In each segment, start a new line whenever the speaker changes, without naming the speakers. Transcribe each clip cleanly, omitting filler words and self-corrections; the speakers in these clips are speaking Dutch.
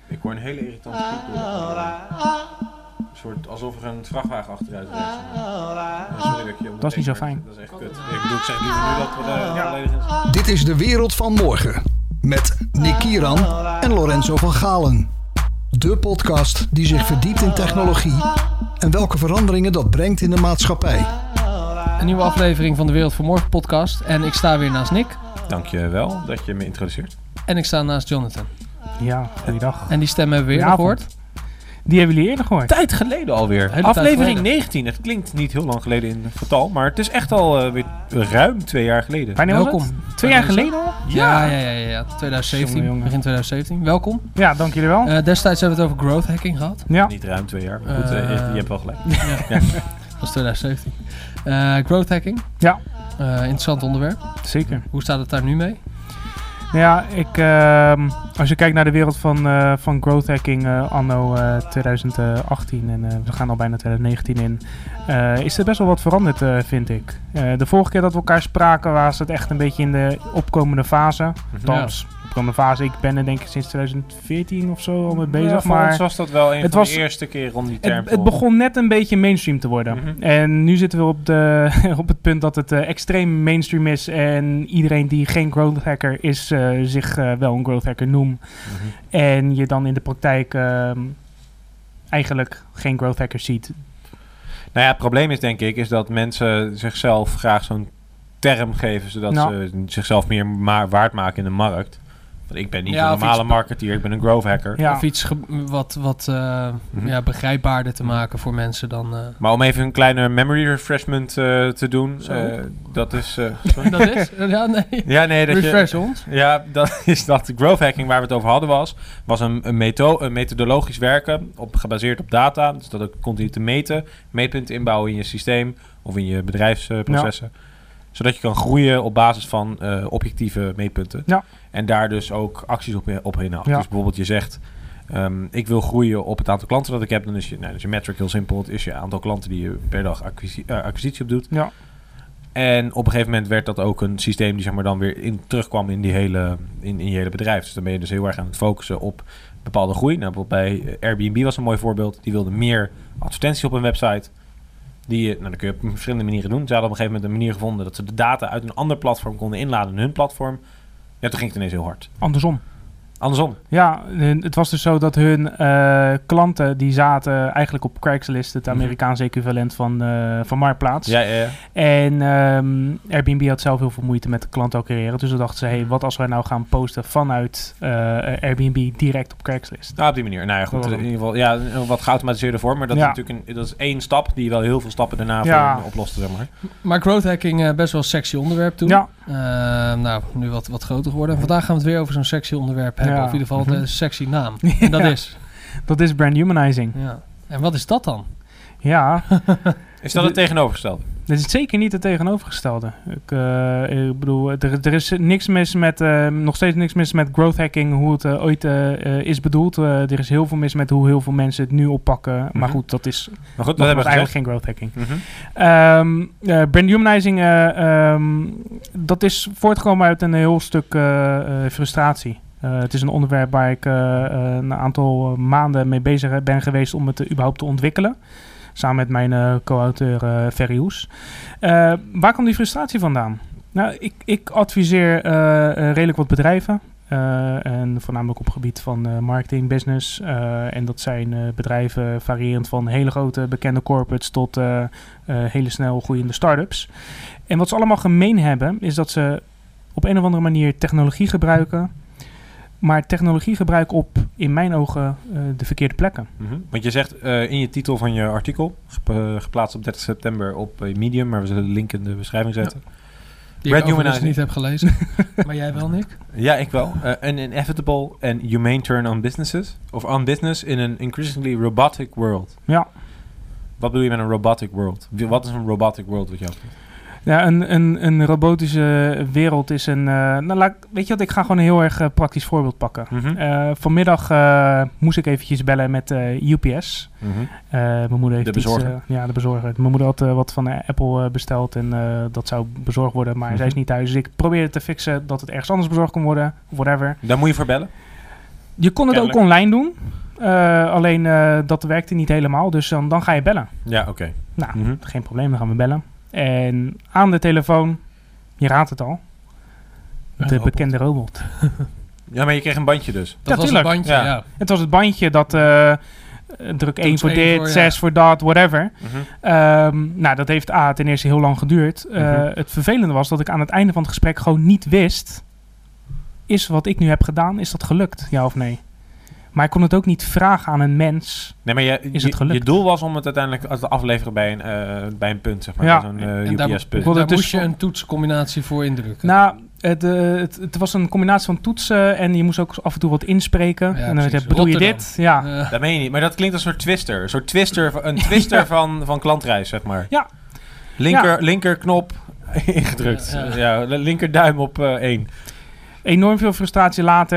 Ik hoor een hele irritante piep door. Een soort alsof er een vrachtwagen achteruit rijdt. Sorry dat je
Dat is niet zo fijn.
Dat is echt kut. Ik bedoel, ik zeg liever nu dat we volledig in zijn.
Dit is de wereld van morgen. Met Nick Kieran en Lorenzo van Galen. De podcast die zich verdiept in technologie en welke veranderingen dat brengt in de maatschappij.
Een nieuwe aflevering van de Wereld van Morgen podcast. En ik sta weer naast Nick.
Dank je wel dat je me introduceert.
En ik sta naast Jonathan.
Ja, goeiedag.
En die stemmen hebben we eerder gehoord.
Die hebben jullie eerder gehoord.
Tijd geleden alweer.
Hele
Aflevering
tijd
19. Het klinkt niet heel lang geleden in getal, maar het is echt al weer ruim 2 jaar geleden.
Wanneer was
Welkom.
het? 2 jaar geleden al?
Ja. 2017.
Jongen.
Begin 2017. Welkom.
Ja, dank jullie wel.
Destijds hebben we het over growth hacking gehad.
Ja.
Niet ruim 2 jaar, maar goed, je hebt wel gelijk.
Ja. Dat was 2017. Growth hacking.
Ja.
Interessant onderwerp.
Zeker.
Hoe staat het daar nu mee?
Ja, als je kijkt naar de wereld van growth hacking anno 2018 en we gaan al bijna 2019 in, is er best wel wat veranderd, vind ik. De vorige keer dat we elkaar spraken was het echt een beetje in de opkomende fase. Althans, opkomende fase. Ik ben er denk ik sinds 2014 of zo al mee bezig.
Ja, voor ons was dat wel een van de eerste keer rond die term.
Het begon net een beetje mainstream te worden.
Mm-hmm.
En nu zitten we op het punt dat het extreem mainstream is. En iedereen die geen growth hacker is, zich wel een growth hacker noemt.
Mm-hmm.
En je dan in de praktijk eigenlijk geen growth hackers ziet.
Nou ja, het probleem is denk ik, is dat mensen zichzelf graag zo'n term geven, zodat ze zichzelf meer waard maken in de markt. Want ik ben niet een normale marketeer, ik ben een growth hacker.
Ja.
Of iets wat begrijpbaarder te maken voor mensen dan...
Maar om even een kleine memory refreshment te doen, dat is...
dat is? Ja, nee.
Ja, nee, dat
Refresh ons.
Ja, dat is dat growth hacking waar we het over hadden was een methodologisch werken gebaseerd op data. Dus dat ook continu te meten, meetpunten inbouwen in je systeem of in je bedrijfsprocessen. Ja. Zodat je kan groeien op basis van objectieve meetpunten. Ja. En daar dus ook acties op inhouden. Ja. Dus bijvoorbeeld je zegt, ik wil groeien op het aantal klanten dat ik heb. Dan is je metric heel simpel. Het is je aantal klanten die je per dag acquisitie op doet. Ja. En op een gegeven moment werd dat ook een systeem die zeg maar dan weer terugkwam in in je hele bedrijf. Dus dan ben je dus heel erg aan het focussen op bepaalde groei. Nou, bijvoorbeeld bij Airbnb was een mooi voorbeeld. Die wilde meer advertenties op hun website. Dat kun je op verschillende manieren doen. Ze hadden op een gegeven moment een manier gevonden dat ze de data uit een ander platform konden inladen in hun platform. Ja, toen ging het ineens heel hard.
Andersom.
Ja,
het was dus zo dat hun klanten die zaten eigenlijk op Craigslist, het Amerikaanse equivalent van Marktplaats.
Ja.
En Airbnb had zelf heel veel moeite met de klant acquireren. Dus dan dachten ze, wat als wij nou gaan posten vanuit Airbnb direct op Craigslist?
Nou, op die manier. Nou ja, goed. In ieder geval, een wat geautomatiseerde vorm. Maar dat is natuurlijk dat is 1 stap die wel heel veel stappen daarna oplost, zeg maar.
Maar growth hacking best wel een sexy onderwerp toen. Ja. Nu wat groter geworden. En vandaag gaan we het weer over zo'n sexy onderwerp hebben. Of in ieder geval een sexy naam. En dat is?
Dat is brand humanizing.
Ja. En wat is dat dan?
Ja.
Is dat het tegenovergestelde?
Dat is zeker niet het tegenovergestelde. Ik bedoel, er is niks mis met, nog steeds niks mis met growth hacking, hoe het ooit is bedoeld. Er is heel veel mis met hoe heel veel mensen het nu oppakken. Mm-hmm. Maar goed, dat is
dat hebben
eigenlijk geen growth hacking. Mm-hmm. Brand humanizing, dat is voortgekomen uit een heel stuk frustratie. Het is een onderwerp waar ik een aantal maanden mee bezig ben geweest om het überhaupt te ontwikkelen. Samen met mijn co-auteur Ferry Hoes. Waar komt die frustratie vandaan? Nou, ik adviseer redelijk wat bedrijven. En voornamelijk op het gebied van marketing, business. En dat zijn bedrijven variërend van hele grote bekende corporates tot hele snel groeiende start-ups. En wat ze allemaal gemeen hebben, is dat ze op een of andere manier technologie gebruiken. Maar technologie gebruiken op, in mijn ogen, de verkeerde plekken.
Mm-hmm. Want je zegt in je titel van je artikel, geplaatst op 30 september op Medium, maar we zullen de link in de beschrijving zetten.
Ja. Die ik overigens niet heb gelezen. Maar jij wel, Nick?
Ja, ik wel. An inevitable and humane turn on businesses. Of on business in an increasingly robotic world. Ja. Wat bedoel je met een robotic world? Wat is een robotic world wat jou betreft?
Ja, een robotische wereld is een... weet je wat, ik ga gewoon een heel erg praktisch voorbeeld pakken. Mm-hmm. Vanmiddag moest ik eventjes bellen met UPS. Mm-hmm. Mijn moeder heeft
de bezorger.
De bezorger. Mijn moeder had wat van Apple besteld en dat zou bezorgd worden, maar zij is niet thuis. Dus ik probeerde te fixen dat het ergens anders bezorgd kon worden, whatever.
Daar moet je voor bellen?
Je kon het ook online doen. Alleen dat werkte niet helemaal. Dus dan ga je bellen.
Ja, oké.
Nou, geen probleem. Dan gaan we bellen. En aan de telefoon, je raadt het al, de bekende robot.
Ja, maar je kreeg een bandje dus.
Dat was het bandje, ja.
Het was het bandje dat druk 1 voor dit, 6 voor dat, whatever. Nou, dat heeft ten eerste heel lang geduurd. Het vervelende was dat ik aan het einde van het gesprek gewoon niet wist, is wat ik nu heb gedaan, is dat gelukt, ja of nee? Maar ik kon het ook niet vragen aan een mens. Nee, maar is het gelukt?
Je doel was om het uiteindelijk te afleveren bij een punt, zeg maar.
Ja.
Bij zo'n UPS-punt.
Daar moest je een toetscombinatie voor indrukken.
Nou, het was een combinatie van toetsen en je moest ook af en toe wat inspreken.
Ja,
en dan bedoel je dit? Ja.
Dat meen je niet. Maar dat klinkt als een soort twister. Een twister van klantreis, zeg maar.
Ja.
Linker knop ingedrukt. Ja, linker duim op 1.
Enorm veel frustratie later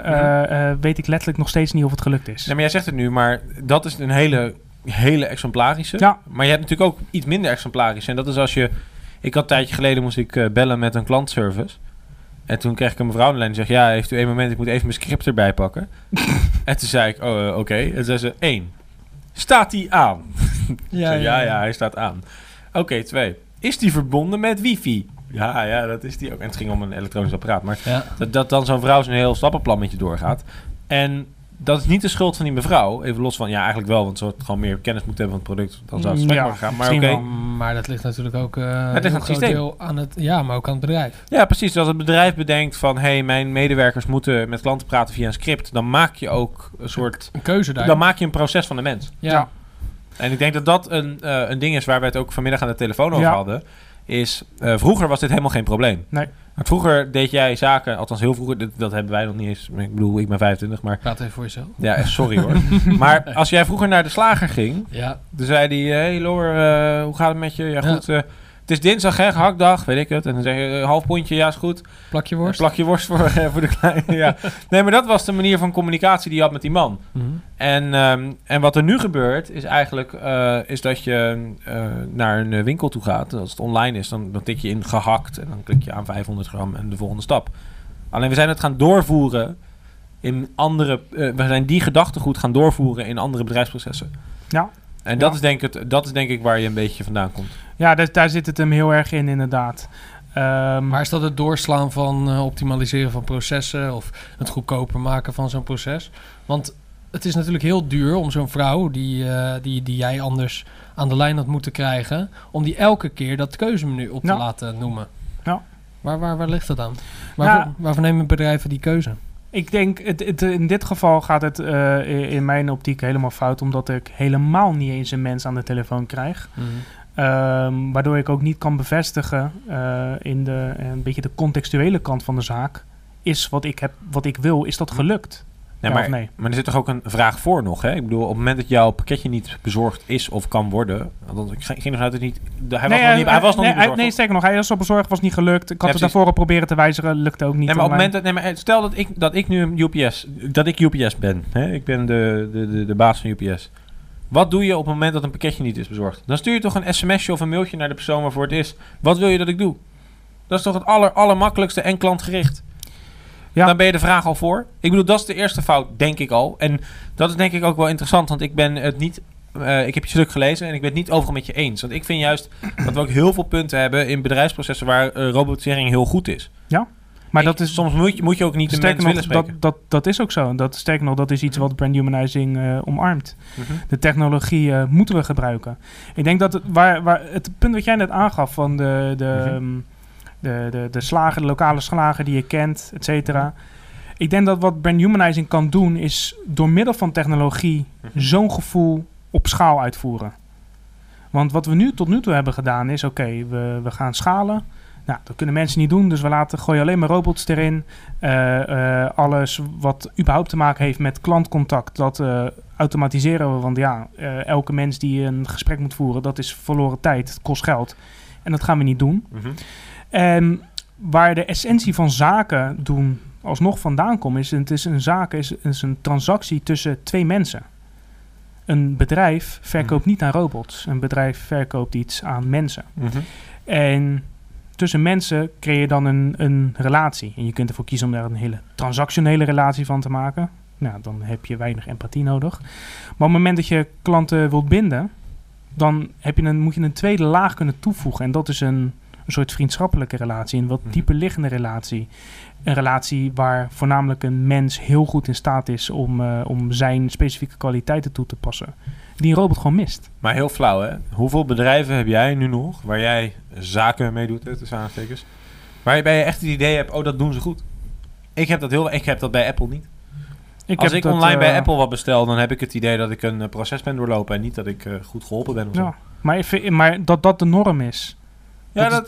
weet ik letterlijk nog steeds niet of het gelukt is.
Ja, maar jij zegt het nu, maar dat is een hele exemplarische.
Ja.
Maar je hebt natuurlijk ook iets minder exemplarische. En dat is als je... Ik had een tijdje geleden moest ik bellen met een klantservice. En toen kreeg ik een mevrouw aan de lijn die zegt... Ja, heeft u één moment, ik moet even mijn script erbij pakken. En toen zei ik, oké. En toen zei ze, 1. Staat die aan? Ja, hij staat aan. Oké, 2. Is die verbonden met wifi? Ja, dat is die ook. En het ging om een elektronisch apparaat. Maar dat dan zo'n vrouw zo'n heel stappenplan met je doorgaat. En dat is niet de schuld van die mevrouw. Even los van, ja, eigenlijk wel. Want ze had gewoon meer kennis moeten hebben van het product. Dan zou het slecht gaan. Maar oké.
Maar dat ligt natuurlijk ook
het ligt aan het systeem.
Maar ook aan het bedrijf.
Ja, precies. Dus als het bedrijf bedenkt van... Hey, mijn medewerkers moeten met klanten praten via een script. Dan maak je ook een soort...
Een keuze daar.
Dan maak je een proces van de mens.
Ja.
En ik denk dat dat een ding is waar we het ook vanmiddag aan de telefoon over hadden. Is, vroeger was dit helemaal geen probleem.
Nee.
Maar vroeger deed jij zaken, althans heel vroeger, dat hebben wij nog niet eens. Ik bedoel, ik ben 25, maar...
Praat even voor jezelf.
Ja, sorry hoor. Maar als jij vroeger naar de slager ging, dan zei hij, hey Loor, hoe gaat het met je? Ja, goed. Het is dinsdag, hè, gehaktdag, weet ik het. En dan zeg je, half pondje, ja, is goed.
Plakje worst.
Plakje worst voor de kleine, ja. Nee, maar dat was de manier van communicatie die je had met die man. En wat er nu gebeurt, is eigenlijk is dat je naar een winkel toe gaat. Als het online is, dan tik je in gehakt. En dan klik je aan 500 gram en de volgende stap. Alleen we zijn het gaan doorvoeren in andere... we zijn die gedachtegoed gaan doorvoeren in andere bedrijfsprocessen.
Ja.
En dat is denk ik waar je een beetje vandaan komt.
Ja, daar zit het hem heel erg in, inderdaad.
Maar is dat het doorslaan van optimaliseren van processen of het goedkoper maken van zo'n proces? Want het is natuurlijk heel duur om zo'n vrouw die jij anders aan de lijn had moeten krijgen, om die elke keer dat keuzemenu op te laten noemen.
Ja.
Waar ligt dat aan? Waarvoor nemen bedrijven die keuze?
Ik denk, in dit geval gaat het in mijn optiek helemaal fout, omdat ik helemaal niet eens een mens aan de telefoon krijg. Waardoor ik ook niet kan bevestigen in een beetje de contextuele kant van de zaak. Is wat ik wil, is dat gelukt?
Ja, maar er zit toch ook een vraag voor nog, hè? Ik bedoel, op het moment dat jouw pakketje niet bezorgd is of kan worden... Want ik ging ervan uit dat niet... Hij was nog niet bezorgd.
Nee, sterker nog, hij was al bezorgd, was niet gelukt. Ik had het daarvoor proberen te wijzigen, lukte ook niet.
Nee, maar op het moment dat... stel dat ik nu een UPS... Dat ik UPS ben. Hè? Ik ben de baas van UPS. Wat doe je op het moment dat een pakketje niet is bezorgd? Dan stuur je toch een sms'je of een mailtje naar de persoon waarvoor het is. Wat wil je dat ik doe? Dat is toch het allermakkelijkste en klantgericht. Ja. Dan ben je de vraag al voor. Ik bedoel, dat is de eerste fout, denk ik al. En dat is denk ik ook wel interessant, want ik ben het niet... ik heb je stuk gelezen en ik ben het niet overal met je eens. Want ik vind juist dat we ook heel veel punten hebben in bedrijfsprocessen waar robotisering heel goed is.
Ja, maar dat is...
Soms moet je ook niet de mens willen spreken.
Dat is ook zo. Sterker nog, dat is iets wat brand humanizing omarmt. De technologie moeten we gebruiken. Ik denk dat het punt wat jij net aangaf van de slager, de lokale slager die je kent, et cetera. Ik denk dat wat brand humanizing kan doen, is door middel van technologie zo'n gevoel op schaal uitvoeren. Want wat we tot nu toe hebben gedaan is, we gaan schalen. Nou, dat kunnen mensen niet doen, dus we gooien alleen maar robots erin. Alles wat überhaupt te maken heeft met klantcontact, dat automatiseren we. Want elke mens die een gesprek moet voeren, dat is verloren tijd, het kost geld. En dat gaan we niet doen. En waar de essentie van zaken doen alsnog vandaan komt, is een transactie tussen twee mensen. Een bedrijf verkoopt niet aan robots. Een bedrijf verkoopt iets aan mensen. En tussen mensen creëer je dan een relatie. En je kunt ervoor kiezen om daar een hele transactionele relatie van te maken. Nou, dan heb je weinig empathie nodig. Maar op het moment dat je klanten wilt binden, dan moet je een tweede laag kunnen toevoegen. En dat is een soort vriendschappelijke relatie, een wat dieper liggende relatie. Een relatie waar voornamelijk een mens heel goed in staat is om zijn specifieke kwaliteiten toe te passen. Die een robot gewoon mist.
Maar heel flauw, hè? Hoeveel bedrijven heb jij nu nog waar jij zaken mee doet, tussen aanstekers, waarbij je echt het idee hebt, dat doen ze goed. Ik heb dat bij Apple niet. Als ik online bij Apple wat bestel, dan heb ik het idee dat ik een proces ben doorlopen en niet dat ik goed geholpen ben.
Ja, maar dat de norm is. Ja,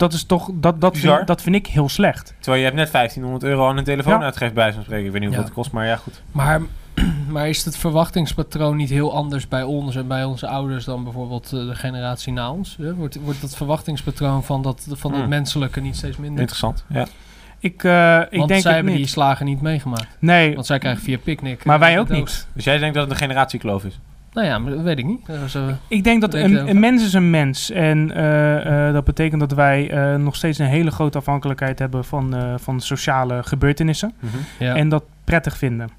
dat vind ik heel slecht.
Terwijl je hebt net €1500 aan een telefoon uitgeeft bij zo'n spreken. Ik weet niet hoeveel het kost, maar ja, goed.
Maar is het verwachtingspatroon niet heel anders bij ons en bij onze ouders dan bijvoorbeeld de generatie na ons? Wordt dat verwachtingspatroon van dat menselijke niet steeds minder?
Interessant, ja.
Want
denk
zij hebben die slagen niet meegemaakt.
Nee.
Want zij krijgen via Picnic.
Maar wij ook niet.
Dus jij denkt dat het een generatiekloof is?
Nou ja, maar dat weet ik niet.
Ik denk dat een mens is een mens. En dat betekent dat wij nog steeds een hele grote afhankelijkheid hebben van sociale gebeurtenissen.
Mm-hmm.
Ja.
En dat prettig vinden.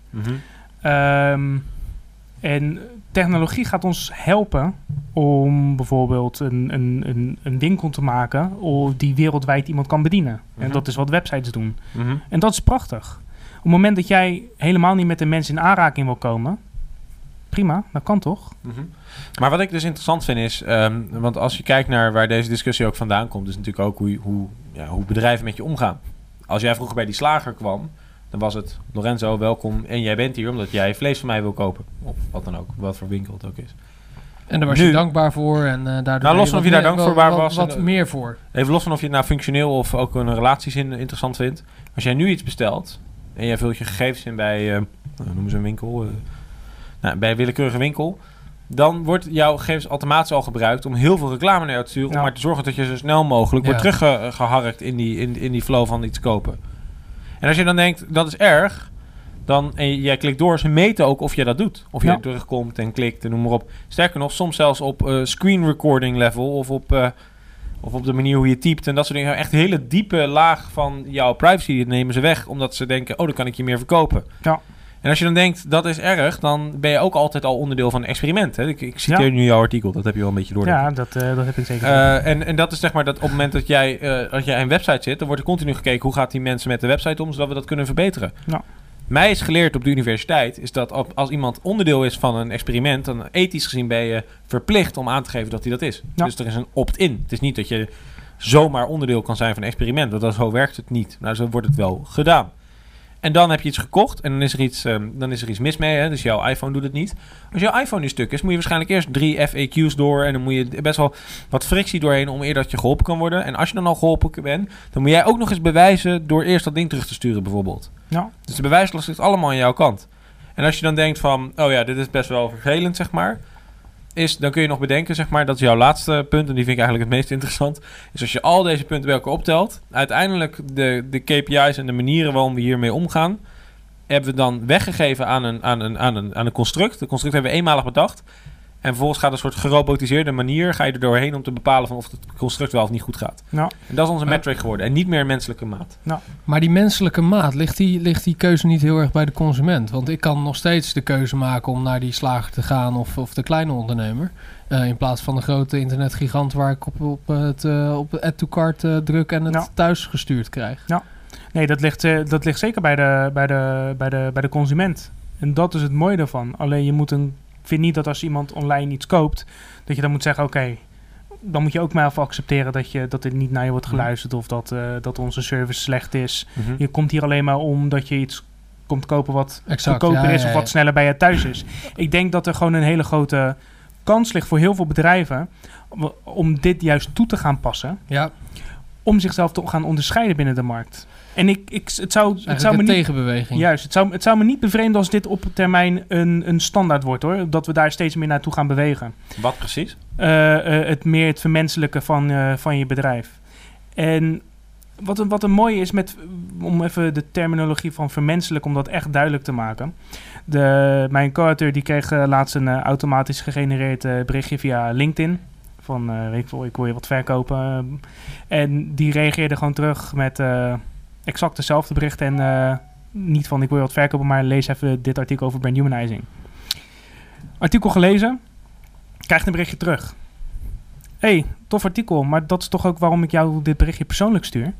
Mm-hmm.
En technologie gaat ons helpen om bijvoorbeeld een winkel te maken die wereldwijd iemand kan bedienen.
Mm-hmm.
En dat is wat websites doen.
Mm-hmm.
En dat is prachtig. Op het moment dat jij helemaal niet met de mens in aanraking wil komen, prima, dat kan toch?
Mm-hmm. Maar wat ik dus interessant vind is, want als je kijkt naar waar deze discussie ook vandaan komt, is natuurlijk ook hoe bedrijven met je omgaan. Als jij vroeger bij die slager kwam, dan was het Lorenzo, welkom en jij bent hier omdat jij vlees van mij wil kopen. Of wat dan ook, wat voor winkel het ook is.
En daar was je dankbaar voor en daardoor...
Nou, los van of je daar dankbaar was.
Wat meer voor.
Even los van of je het nou functioneel of ook een relatiezin interessant vindt. Als jij nu iets bestelt en jij vult je gegevens in bij, noemen ze een winkel, bij een willekeurige winkel, dan wordt jouw gegevens automatisch al gebruikt om heel veel reclame naar jou te sturen, om maar te zorgen dat je zo snel mogelijk wordt teruggeharkt in die flow van iets kopen. En als je dan denkt, dat is erg, en jij klikt door, ze meten ook of je dat doet. Of je terugkomt en klikt en noem maar op. Sterker nog, soms zelfs op screen recording level of op de manier hoe je typt en dat soort dingen. Echt een hele diepe laag van jouw privacy nemen ze weg, omdat ze denken, dan kan ik je meer verkopen.
Ja.
En als je dan denkt, dat is erg, dan ben je ook altijd al onderdeel van een experiment. Hè? Ik citeer nu jouw artikel, dat heb je wel een beetje door.
Ja, dat heb ik zeker.
En dat is zeg maar dat op het moment dat jij een website zit, dan wordt er continu gekeken hoe gaat die mensen met de website om, zodat we dat kunnen verbeteren. Ja. Mij is geleerd op de universiteit, is dat als iemand onderdeel is van een experiment, dan ethisch gezien ben je verplicht om aan te geven dat hij dat is. Ja. Dus er is een opt-in. Het is niet dat je zomaar onderdeel kan zijn van een experiment, want zo werkt het niet. Nou, zo wordt het wel gedaan. En dan heb je iets gekocht en dan is er iets mis mee. Hè? Dus jouw iPhone doet het niet. Als jouw iPhone nu stuk is, moet je waarschijnlijk eerst 3 FAQ's door. En dan moet je best wel wat frictie doorheen om eerder dat je geholpen kan worden. En als je dan al geholpen bent, dan moet jij ook nog eens bewijzen door eerst dat ding terug te sturen bijvoorbeeld. Ja. Dus de bewijslast ligt allemaal aan jouw kant. En als je dan denkt van, dit is best wel vervelend, zeg maar. Dan kun je nog bedenken, zeg maar, dat is jouw laatste punt, en die vind ik eigenlijk het meest interessant, is als je al deze punten bij elkaar optelt, uiteindelijk de KPI's en de manieren waarom we hiermee omgaan, hebben we dan weggegeven aan een construct. De construct hebben we eenmalig bedacht. En vervolgens gaat een soort gerobotiseerde manier, ga je er doorheen om te bepalen van of het construct wel of niet goed gaat. Ja. En dat is onze metric geworden. En niet meer een menselijke maat. Ja.
Maar die menselijke maat, ligt die keuze niet heel erg bij de consument? Want ik kan nog steeds de keuze maken om naar die slager te gaan of de kleine ondernemer. In plaats van de grote internetgigant waar ik op het add to cart druk en het thuis gestuurd krijg. Ja.
Nee, dat ligt zeker bij de consument. En dat is het mooie daarvan. Alleen ik vind niet dat als iemand online iets koopt, dat je dan moet zeggen, oké, dan moet je ook maar even accepteren dat er niet naar je wordt geluisterd of dat onze service slecht is. Mm-hmm. Je komt hier alleen maar omdat je iets komt kopen wat goedkoper is of wat sneller bij je thuis is. Ik denk dat er gewoon een hele grote kans ligt voor heel veel bedrijven om dit juist toe te gaan passen. Ja. Om zichzelf te gaan onderscheiden binnen de markt. En het zou me niet,
tegenbeweging.
Juist, het zou me niet bevreemden als dit op termijn een standaard wordt, hoor. Dat we daar steeds meer naartoe gaan bewegen.
Wat precies?
Het vermenselijken van je bedrijf. En wat een mooie is om even de terminologie van vermenselijk, om dat echt duidelijk te maken. Mijn co-auteur die kreeg laatst een automatisch gegenereerd berichtje via LinkedIn. Van, ik wil je wat verkopen. En die reageerde gewoon terug met exact dezelfde bericht en niet van ik wil je wat verkopen, maar lees even dit artikel over brand humanizing. Artikel gelezen, krijgt een berichtje terug. Hey, tof artikel, maar dat is toch ook waarom ik jou dit berichtje persoonlijk stuur?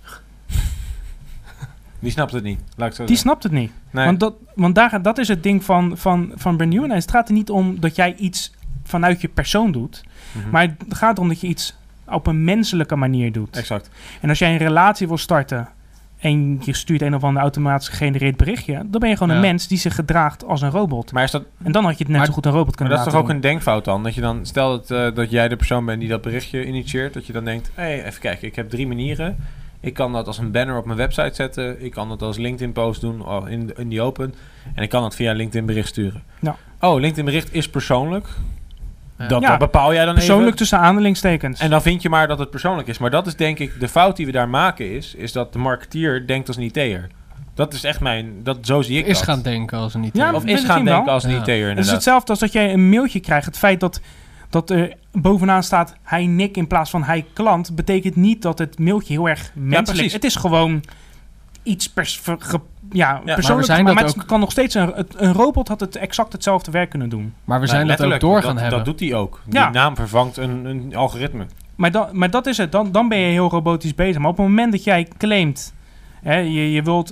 Die snapt het niet. Laat ik zo
Die snapt het niet.
Nee.
Want dat is het ding van brand humanizing. Het gaat er niet om dat jij iets vanuit je persoon doet, maar het gaat erom dat je iets op een menselijke manier doet.
Exact.
En als jij een relatie wil starten en je stuurt een of ander automatisch gegenereerd berichtje, dan ben je gewoon een mens die zich gedraagt als een robot.
Maar is dat...
En dan had je het net zo goed een robot kunnen
Maar dat
laten
is toch ook een denkfout dan? Dat je dan, stel dat jij de persoon bent die dat berichtje initieert, dat je dan denkt, hey, even kijken, ik heb 3 manieren. Ik kan dat als een banner op mijn website zetten. Ik kan dat als LinkedIn-post doen in die open. En ik kan dat via LinkedIn-bericht sturen.
Ja.
Oh, LinkedIn-bericht is persoonlijk.
Ja.
Dat bepaal jij dan
persoonlijk
even.
tussen aanhalingstekens.
En dan vind je maar dat het persoonlijk is. Maar dat is denk ik de fout die we daar maken is dat de marketeer denkt als een IT'er. Dat is echt zo zie ik
Is
dat.
gaan denken als een IT'er.
Ja,
Of is gaan denken als een IT'er inderdaad.
Het is hetzelfde als dat jij een mailtje krijgt. Het feit dat er bovenaan staat hij Nick in plaats van hij klant, betekent niet dat het mailtje heel erg menselijk is. Het is gewoon iets persoonlijk. Maar het kan nog steeds een robot had het exact hetzelfde werk kunnen doen.
Maar we zijn dat ook door gaan hebben.
Dat doet hij ook. Die naam vervangt een algoritme.
Maar dat is het. Dan ben je heel robotisch bezig. Maar op het moment dat jij claimt, je wilt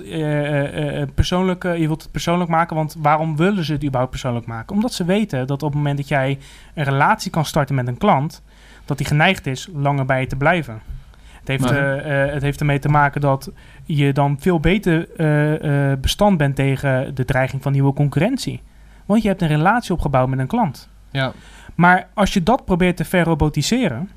het persoonlijk maken, want waarom willen ze het überhaupt persoonlijk maken? Omdat ze weten dat op het moment dat jij een relatie kan starten met een klant, dat die geneigd is langer bij je te blijven. Het heeft ermee te maken dat je dan veel beter bestand bent tegen de dreiging van nieuwe concurrentie. Want je hebt een relatie opgebouwd met een klant.
Ja.
Maar als je dat probeert te verrobotiseren,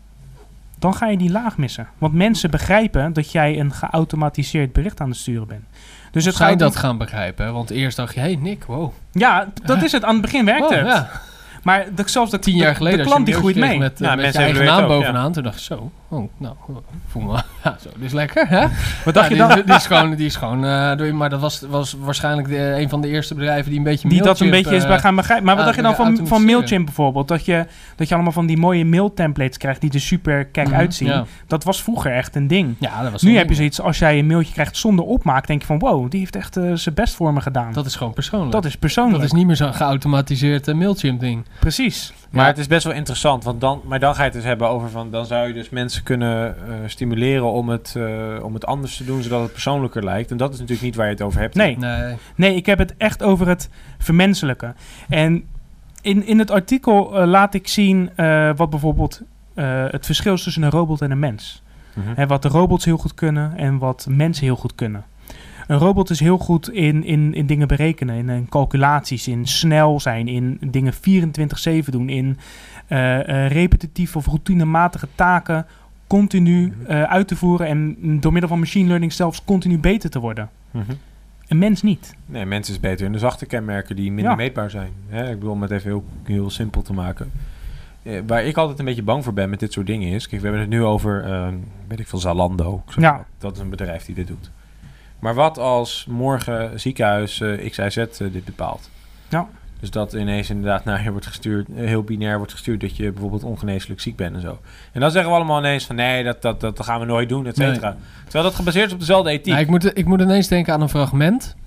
dan ga je die laag missen. Want mensen begrijpen dat jij een geautomatiseerd bericht aan het sturen bent. Dus het
ga je dat gaan begrijpen? Want eerst dacht je, hey Nick, wow.
Ja, dat is het. Aan het begin werkte het. Ja. Maar zelfs
10 jaar geleden,
de klant die groeit mee.
Met je eigen naam bovenaan. Toen dacht je zo, voel me, zo, dit is lekker, hè?
Wat dacht je dan?
Die is gewoon, maar dat was waarschijnlijk een van de eerste bedrijven die een beetje
die dat een beetje is bij gaan begrijpen. Maar wat dacht je dan van Mailchimp bijvoorbeeld? Dat je allemaal van die mooie mailtemplates krijgt die er super kek uitzien. Ja. Dat was vroeger echt een ding.
Ja, dat was
nu heb je zoiets, als jij een mailtje krijgt zonder opmaak, denk je van wow, die heeft echt zijn best voor me gedaan.
Dat is gewoon persoonlijk.
Dat is persoonlijk.
Dat is niet meer zo'n geautomatiseerd Mailchimp ding.
Precies.
Maar het is best wel interessant, want dan ga je het dus hebben over van, dan zou je dus mensen kunnen stimuleren om het anders te doen, zodat het persoonlijker lijkt. En dat is natuurlijk niet waar je het over hebt.
Nee, ik heb het echt over het vermenselijken. En in het artikel laat ik zien wat bijvoorbeeld het verschil is tussen een robot en een mens. En wat de robots heel goed kunnen en wat mensen heel goed kunnen. Een robot is heel goed in dingen berekenen, in calculaties, in snel zijn, in dingen 24/7 doen, in repetitieve of routinematige taken continu uit te voeren en door middel van machine learning zelfs continu beter te worden. Een mens niet.
Nee, een mens is beter in de zachte kenmerken die minder meetbaar zijn. Ik bedoel, om het even heel, heel simpel te maken. Waar ik altijd een beetje bang voor ben met dit soort dingen is, kijk, we hebben het nu over, weet ik veel, Zalando. Dat is een bedrijf die dit doet. Maar wat als morgen ziekenhuis XYZ dit bepaalt?
Ja.
Dus dat ineens inderdaad naar je wordt gestuurd, heel binair wordt gestuurd dat je bijvoorbeeld ongeneeslijk ziek bent en zo. En dan zeggen we allemaal ineens van nee, dat gaan we nooit doen, et cetera. Nee. Terwijl dat gebaseerd is op dezelfde ethiek.
Nou, ik moet ineens denken aan een fragment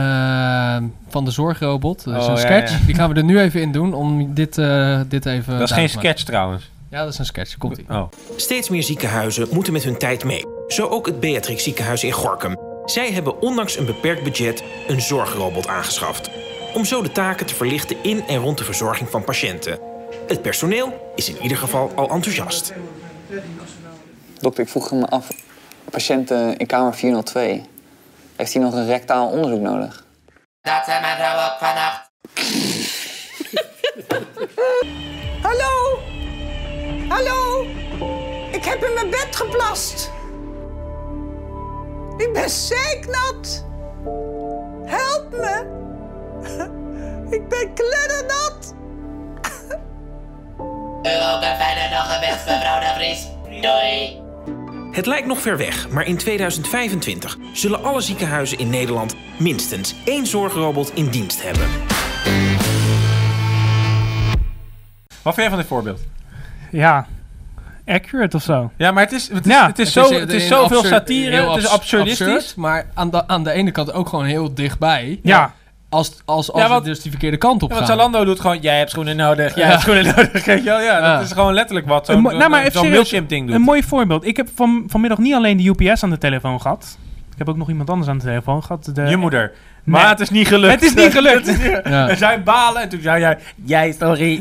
van de zorgrobot. Dus een sketch. Ja. Die gaan we er nu even in doen om dit even...
Dat is geen sketch trouwens.
Ja, dat is een sketch. Komt-ie.
Oh. Steeds meer ziekenhuizen moeten met hun tijd mee. Zo ook het Beatrix ziekenhuis in Gorinchem. Zij hebben ondanks een beperkt budget een zorgrobot aangeschaft. Om zo de taken te verlichten in en rond de verzorging van patiënten. Het personeel is in ieder geval al enthousiast.
Dokter, ik vroeg me af, patiënt in kamer 402. Heeft hij nog een rectaal onderzoek nodig?
Dat zijn mijn vrouw ook vannacht.
Hallo? Hallo? Ik heb in mijn bed geplast. Ik ben zeiknat. Help me. Ik ben kleddernat.
U ook een fijne dag gewenst, mevrouw de Vries. Doei.
Het lijkt nog ver weg, maar in 2025 zullen alle ziekenhuizen in Nederland minstens 1 zorgrobot in dienst hebben.
Wat vind jij van dit voorbeeld?
Ja, accurate of zo.
Ja, maar het is
een
zoveel
absurd-
satire,
heel
het is absurdistisch.
absurd, maar aan de ene kant ook gewoon heel dichtbij.
Ja.
Als
Ja,
het dus die verkeerde kant op
Ja,
gaat.
want Zalando doet gewoon, jij hebt schoenen nodig, jij
Ja.
hebt schoenen nodig. Weet je wel? Ja,
Ja.
dat is gewoon letterlijk wat
Nou, maar even
zo'n
serieus,
Mailchimp-ding doet.
Een mooi voorbeeld. Ik heb vanmiddag niet alleen de UPS aan de telefoon gehad. Ik heb ook nog iemand anders aan de telefoon gehad.
Je moeder.
Nee.
Maar het is niet gelukt.
Het is niet gelukt.
Ja.
We zijn balen en toen zei jij sorry.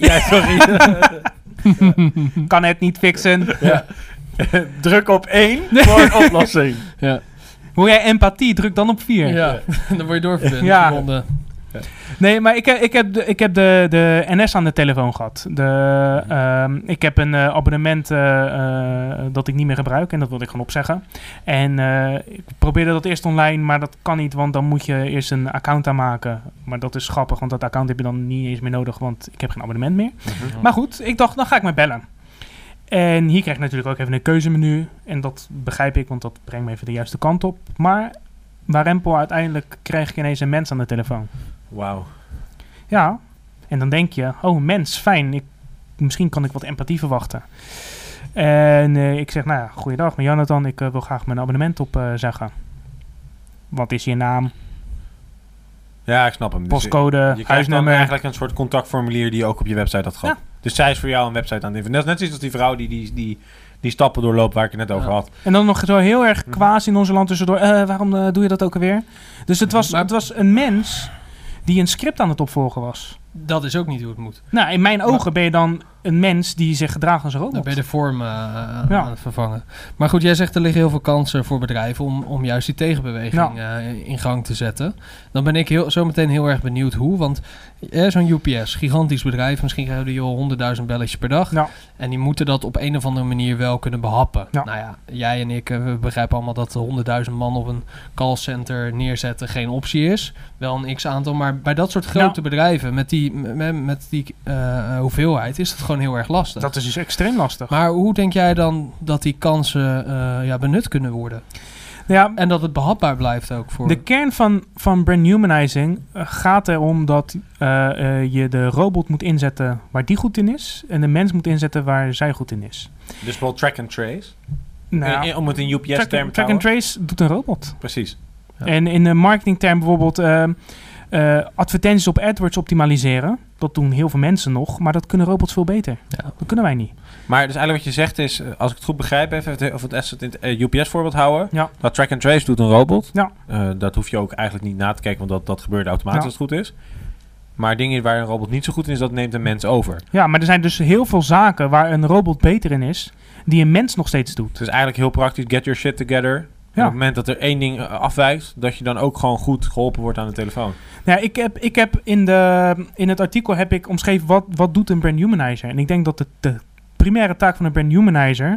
Kan het niet fixen.
Ja. Druk op 1 voor een oplossing.
Ja.
Hoe jij empathie, druk dan op 4.
Ja, dan word je doorverbinden.
Ja.
Verbonden.
Nee, maar ik heb de NS aan de telefoon gehad. Ik heb een abonnement dat ik niet meer gebruik en dat wilde ik gewoon opzeggen. En ik probeerde dat eerst online, maar dat kan niet, want dan moet je eerst een account aanmaken. Maar dat is grappig, want dat account heb je dan niet eens meer nodig, want ik heb geen abonnement meer. Maar goed, ik dacht, dan ga ik maar bellen. En hier krijg je natuurlijk ook even een keuzemenu. En dat begrijp ik, want dat brengt me even de juiste kant op. Maar waarempel uiteindelijk krijg ik ineens een mens aan de telefoon.
Wauw.
Ja, en dan denk je, oh mens, fijn, misschien kan ik wat empathie verwachten. En ik zeg, nou ja, goeiedag, met Jonathan, ik wil graag mijn abonnement opzeggen. Wat is je naam,
Ja, ik snap hem. Dus
postcode,
je krijgt dan
huisnummer?
eigenlijk een soort contactformulier die je ook op je website had gehad.
Ja.
Dus zij is voor jou een website aan het invullen. Net zoiets als die vrouw die stappen doorloopt waar ik het net over had.
En dan nog zo heel erg quasi nonchalant tussendoor, waarom doe je dat ook alweer? Dus het was een mens die een script aan het opvolgen was.
Dat is ook niet hoe het moet.
Nou, in mijn ogen ben je dan een mens die zich gedraagt als een robot.
Dan ben je de vorm aan het vervangen. Maar goed, jij zegt er liggen heel veel kansen voor bedrijven om juist die tegenbeweging in gang te zetten. Dan ben ik zo meteen heel erg benieuwd hoe. Want zo'n UPS, gigantisch bedrijf, misschien krijgen die al 100.000 belletjes per dag.
Ja.
En die moeten dat op een of andere manier wel kunnen behappen.
Ja.
Nou ja, jij en ik, we begrijpen allemaal dat 100.000 man op een callcenter neerzetten geen optie is. Wel een x-aantal, maar bij dat soort grote bedrijven met die hoeveelheid is dat gewoon heel erg lastig.
Dat is dus extreem lastig.
Maar hoe denk jij dan dat die kansen benut kunnen worden?
Ja,
En dat het behapbaar blijft ook voor...
de kern van brand humanizing gaat erom dat je de robot moet inzetten waar die goed in is. En de mens moet inzetten waar zij goed in is.
Dus wel track and trace.
Nou,
Om het in UPS-term te
track and
houden.
trace doet een robot.
Precies.
Ja.
En in de marketingterm bijvoorbeeld advertenties op AdWords optimaliseren. Dat doen heel veel mensen nog, maar dat kunnen robots veel beter.
Ja.
Dat kunnen wij niet.
Maar dus eigenlijk wat je zegt is, als ik het goed begrijp, even of het in het UPS-voorbeeld houden.
Ja.
Dat track and trace doet een robot.
Ja.
Dat hoef je ook eigenlijk niet na te kijken, want dat gebeurt automatisch
Ja.
als het goed is. Maar dingen waar een robot niet zo goed in is, dat neemt een mens over.
Ja, maar er zijn dus heel veel zaken waar een robot beter in is, die een mens nog steeds doet.
Het is eigenlijk heel praktisch, get your shit together. En op het moment dat er één ding afwijkt, dat je dan ook gewoon goed geholpen wordt aan de telefoon.
Ja, ik heb in het artikel heb ik omschreven wat doet een brand humanizer. En ik denk dat de primaire taak van een brand humanizer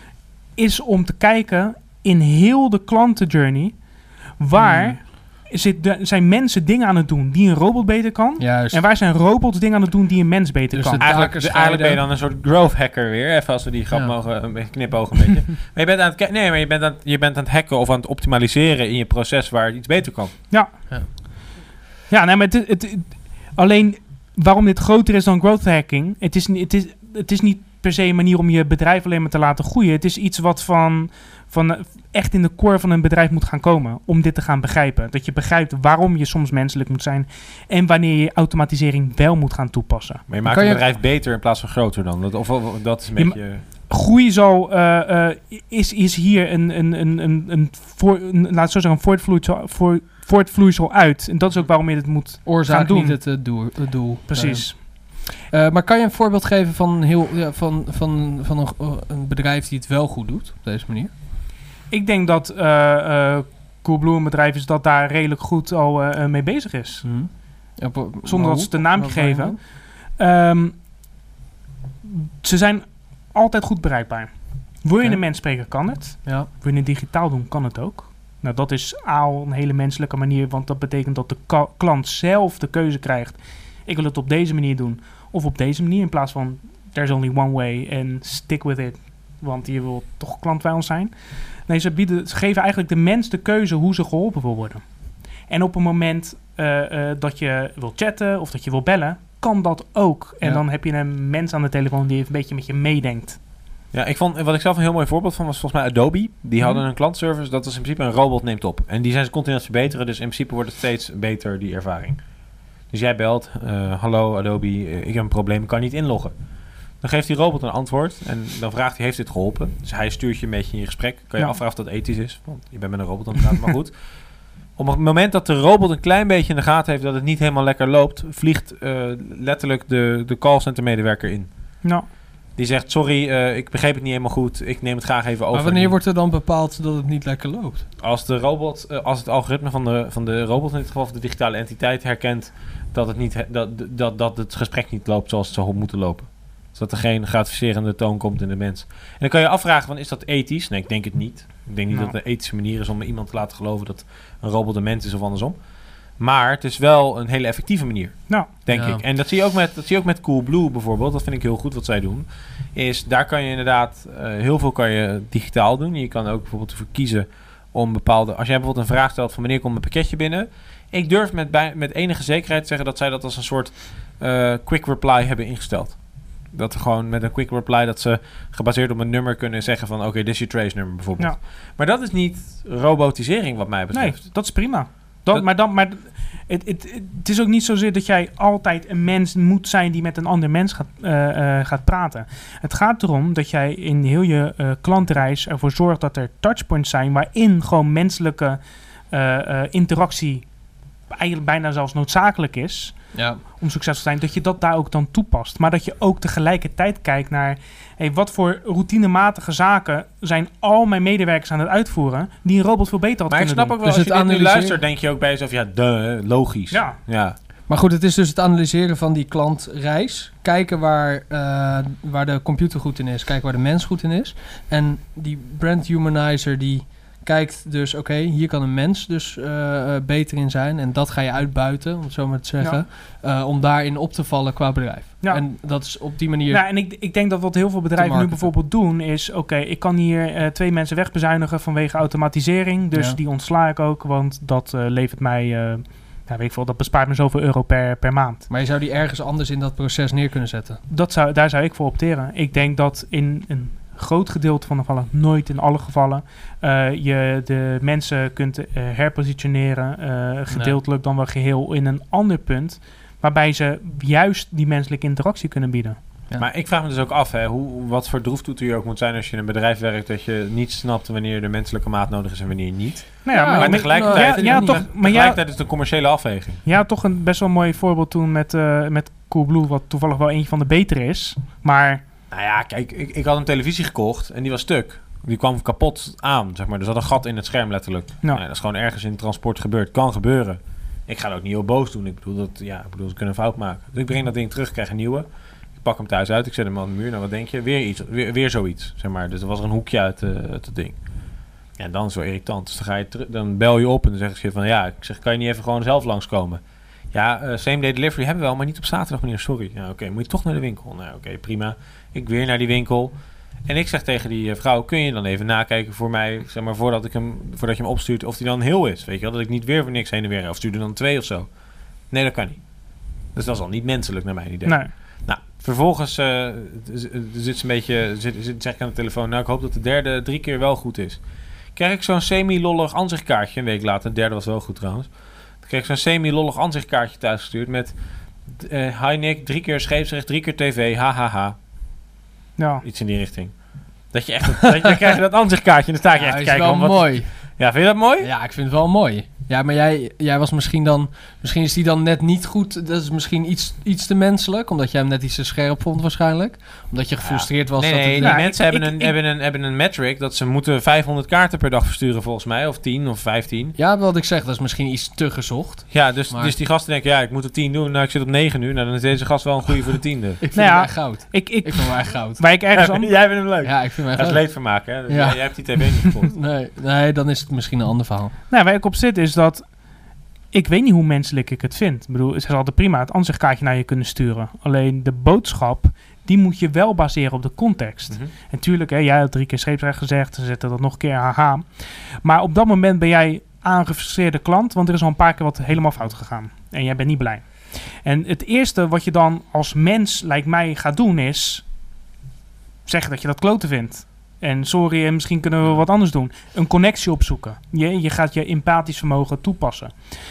is om te kijken in heel de klantenjourney waar zijn mensen dingen aan het doen die een robot beter kan.
Juist.
En waar zijn robots dingen aan het doen die een mens beter
Dus
kan.
de
Eigenlijk ben je dan een soort growth hacker weer. Even als we die grap mogen een beetje knipogen een beetje. Maar je bent aan het hacken of aan het optimaliseren in je proces waar het iets beter kan.
Ja, nee, maar alleen waarom dit groter is dan growth hacking, het is niet per se een manier om je bedrijf alleen maar te laten groeien. Het is iets wat van echt in de core van een bedrijf moet gaan komen om dit te gaan begrijpen. Dat je begrijpt waarom je soms menselijk moet zijn en wanneer je automatisering wel moet gaan toepassen.
Maar je maakt een bedrijf beter in plaats van groter dan. Dat is een beetje...
Groei is hier laat het zo zeggen, voortvloeisel uit. En dat is ook waarom je dit moet gaan doen.
Niet het doel.
Precies.
Maar kan je een voorbeeld geven van een bedrijf die het wel goed doet op deze manier?
Ik denk dat Coolblue een bedrijf is dat daar redelijk goed al mee bezig is. Zonder dat ze het een naamje geven. Ze zijn altijd goed bereikbaar. Wil je een mens spreken, kan het.
Ja.
Wil je het digitaal doen, kan het ook. Nou, dat is al een hele menselijke manier, want dat betekent dat de klant zelf de keuze krijgt. Ik wil het op deze manier doen of op deze manier in plaats van there's only one way and stick with it, want je wil toch klant bij ons zijn. Nee, ze geven eigenlijk de mens de keuze hoe ze geholpen wil worden. En op een moment dat je wil chatten of dat je wil bellen, kan dat ook. En dan heb je een mens aan de telefoon die een beetje met je meedenkt.
Ja, wat ik zelf een heel mooi voorbeeld van was volgens mij Adobe. Die hadden een klantservice, dat was in principe een robot neemt op. En die zijn ze continu aan het verbeteren, dus in principe wordt het steeds beter, die ervaring. Dus jij belt, hallo Adobe, ik heb een probleem, ik kan niet inloggen. Dan geeft die robot een antwoord en dan vraagt hij, heeft dit geholpen? Dus hij stuurt je een beetje in je gesprek. Kan je afvragen of dat ethisch is, want je bent met een robot aan het praten, maar goed. Op het moment dat de robot een klein beetje in de gaten heeft dat het niet helemaal lekker loopt, vliegt letterlijk de callcenter medewerker in.
Nou.
Die zegt, sorry, ik begreep het niet helemaal goed. Ik neem het graag even over.
Maar wanneer wordt er dan bepaald dat het niet lekker loopt?
Als de robot, als het algoritme van de robot, in dit geval of de digitale entiteit, herkent dat het gesprek niet loopt zoals het zou moeten lopen. Zodat er geen gratificerende toon komt in de mens. En dan kan je afvragen, van, is dat ethisch? Nee, ik denk het niet. Ik denk niet dat het een ethische manier is om iemand te laten geloven dat een robot een mens is of andersom. Maar het is wel een hele effectieve manier, denk ik. En dat zie je ook met Coolblue bijvoorbeeld. Dat vind ik heel goed wat zij doen. Is, daar kan je inderdaad heel veel kan je digitaal doen. Je kan ook bijvoorbeeld ervoor kiezen om bepaalde... Als jij bijvoorbeeld een vraag stelt van wanneer komt mijn pakketje binnen. Ik durf met enige zekerheid te zeggen dat zij dat als een soort quick reply hebben ingesteld. Dat gewoon met een quick reply dat ze gebaseerd op een nummer kunnen zeggen van oké, dit is je trace nummer bijvoorbeeld. Ja. Maar dat is niet robotisering wat mij betreft.
Nee, dat is prima. Maar het is ook niet zozeer dat jij altijd een mens moet zijn die met een ander mens gaat praten. Het gaat erom dat jij in heel je klantreis ervoor zorgt dat er touchpoints zijn waarin gewoon menselijke interactie eigenlijk bijna zelfs noodzakelijk is. Ja. Om succesvol te zijn, dat je dat daar ook dan toepast. Maar dat je ook tegelijkertijd kijkt naar wat voor routinematige zaken zijn al mijn medewerkers aan het uitvoeren die een robot veel beter had kunnen doen.
Maar ik snap ook wel, dus als je dit nu luistert, denk je ook bij jezelf, logisch. Ja.
Maar goed, het is dus het analyseren van die klantreis. Kijken waar de computer goed in is. Kijken waar de mens goed in is. En die brand humanizer die kijkt dus, oké, hier kan een mens dus beter in zijn. En dat ga je uitbuiten, om het zo maar te zeggen. Ja. Om daarin op te vallen qua bedrijf. Ja. En dat is op die manier...
Ja, en ik denk dat wat heel veel bedrijven nu bijvoorbeeld doen is... Oké, ik kan hier 2 mensen wegbezuinigen vanwege automatisering. Dus die ontsla ik ook, want dat levert mij... weet ik veel, dat bespaart me zoveel euro per maand.
Maar je zou die ergens anders in dat proces neer kunnen zetten?
Daar zou ik voor opteren. Ik denk dat in een groot gedeelte van de gevallen, nooit in alle gevallen, je de mensen kunt herpositioneren, gedeeltelijk dan wel geheel in een ander punt, waarbij ze juist die menselijke interactie kunnen bieden.
Ja. Maar ik vraag me dus ook af, wat voor droeftoeter je ook moet zijn als je in een bedrijf werkt, dat je niet snapt wanneer de menselijke maat nodig is en wanneer niet.
Nou ja,
maar tegelijkertijd is het een commerciële afweging.
Ja, toch een best wel mooi voorbeeld toen met Coolblue, wat toevallig wel eentje van de betere is. Maar...
Nou ja, kijk, ik had een televisie gekocht en die was stuk. Die kwam kapot aan, zeg maar. Er zat een gat in het scherm letterlijk. Ja. Dat is gewoon ergens in het transport gebeurd. Kan gebeuren. Ik ga er ook niet heel boos doen. Ik bedoel, ze kunnen een fout maken. Dus ik breng dat ding terug, krijg een nieuwe. Ik pak hem thuis uit, ik zet hem aan de muur. Nou, wat denk je? Weer zoiets, zeg maar. Dus er was er een hoekje uit het ding. Ja, dan is het wel irritant. Dus dan bel je op en dan zeg je van... Ja, ik zeg, kan je niet even gewoon zelf langskomen? Ja, same day delivery hebben we wel, maar niet op zaterdag, meneer. Sorry. Ja, oké, moet je toch naar de winkel? Nou, oké, prima. Ik weer naar die winkel. En ik zeg tegen die vrouw, kun je dan even nakijken voor mij, zeg maar, voordat je hem opstuurt, of die dan heel is. Weet je wel, dat ik niet weer voor niks heen en weer, of stuurde dan 2 of zo. Nee, dat kan niet. Dus dat is al niet menselijk naar mijn idee.
Nee.
Nou, vervolgens zeg ik aan de telefoon, nou, ik hoop dat de derde 3 keer wel goed is. Krijg ik zo'n semi-lollig aanzichtkaartje, een week later, de derde was wel goed trouwens. Dan krijg ik zo'n semi-lollig aanzichtkaartje thuisgestuurd met, hi Nick, 3 keer scheepsrecht, 3 keer tv, hahaha. Ja. Iets in die richting. Dat je echt... dan krijg je dat aanzichtkaartje en dan sta je echt te kijken.
Dat is wel mooi.
Ja, vind je dat mooi?
Ja, ik vind het wel mooi. Ja, maar jij was misschien is die dan net niet goed. Dat is misschien iets te menselijk. Omdat jij hem net iets te scherp vond waarschijnlijk. Omdat je gefrustreerd was.
Nee, die mensen hebben een metric dat ze moeten 500 kaarten per dag versturen volgens mij. Of 10 of 15.
Ja, wat ik zeg, dat is misschien iets te gezocht.
Ja, dus die gasten denken, ja, ik moet er 10 doen. Nou, ik zit op 9 nu. Nou, dan is deze gast wel een goeie voor de 10e.
Ik vind hem echt goud. Ik vind hem echt goud.
Waar ik ergens
jij vindt hem leuk.
Ja, ik vind hem echt
leuk. Dat is leedvermaak, hè? Dus jij hebt die tv niet gevoeld.
Nee, dan is het misschien een ander verhaal.
Nou, waar ik op zit is dat... Ik weet niet hoe menselijk ik het vind. Ik bedoel, ze hadden prima het aanzichtkaartje naar je kunnen sturen. Alleen de boodschap, die moet je wel baseren op de context. Mm-hmm. En tuurlijk, jij had 3 keer scheepsrecht gezegd. Ze zetten dat nog een keer haha. Maar op dat moment ben jij aangefrustreerde klant, want er is al een paar keer wat helemaal fout gegaan. En jij bent niet blij. En het eerste wat je dan als mens, lijkt mij, gaat doen is... zeggen dat je dat kloten vindt. En sorry, en misschien kunnen we wat anders doen. Een connectie opzoeken. Je gaat je empathisch vermogen toepassen.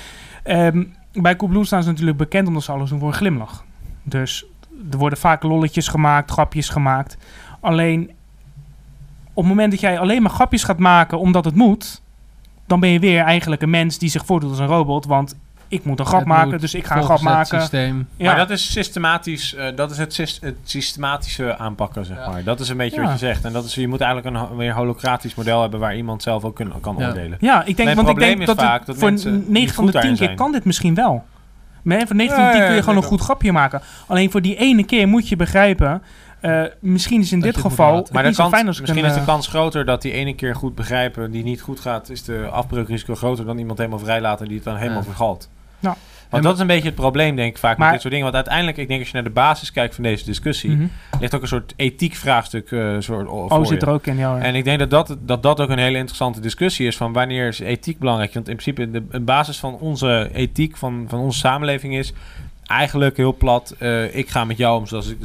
Bij Coolblue staan ze natuurlijk bekend omdat ze alles doen voor een glimlach. Dus er worden vaak lolletjes gemaakt, grapjes gemaakt. Alleen op het moment dat jij alleen maar grapjes gaat maken omdat het moet, dan ben je weer eigenlijk een mens die zich voordoet als een robot. Want ik moet een grap maken, dus ik ga een grap maken.
Systeem.
Ja. Maar dat is systematisch. Dat is het systematische aanpakken, zeg maar. Dat is een beetje wat je zegt. En dat is, je moet eigenlijk een meer holocratisch model hebben waar iemand zelf ook kan oordelen.
Ja, ik denk dat
vaak
dat voor 9 van de 10 keer kan dit misschien wel. Maar voor 9 van de 10 kun je gewoon een goed grapje maken. Alleen voor die ene keer moet je begrijpen, misschien is in dit geval
maar
niet zo fijn als
misschien is de kans groter dat die ene keer goed begrijpen die niet goed gaat, is de afbreukrisico groter dan iemand helemaal vrijlaten die het dan helemaal vergalt.
Ja.
Want dat is een beetje het probleem, denk ik, vaak met dit soort dingen. Want uiteindelijk, ik denk als je naar de basis kijkt van deze discussie, ligt ook een soort ethiek vraagstuk voor
zit er ook in, ja.
En ik denk dat ook een hele interessante discussie is van wanneer is ethiek belangrijk. Want in principe de basis van onze ethiek, van onze samenleving is eigenlijk heel plat, ik ga met jou om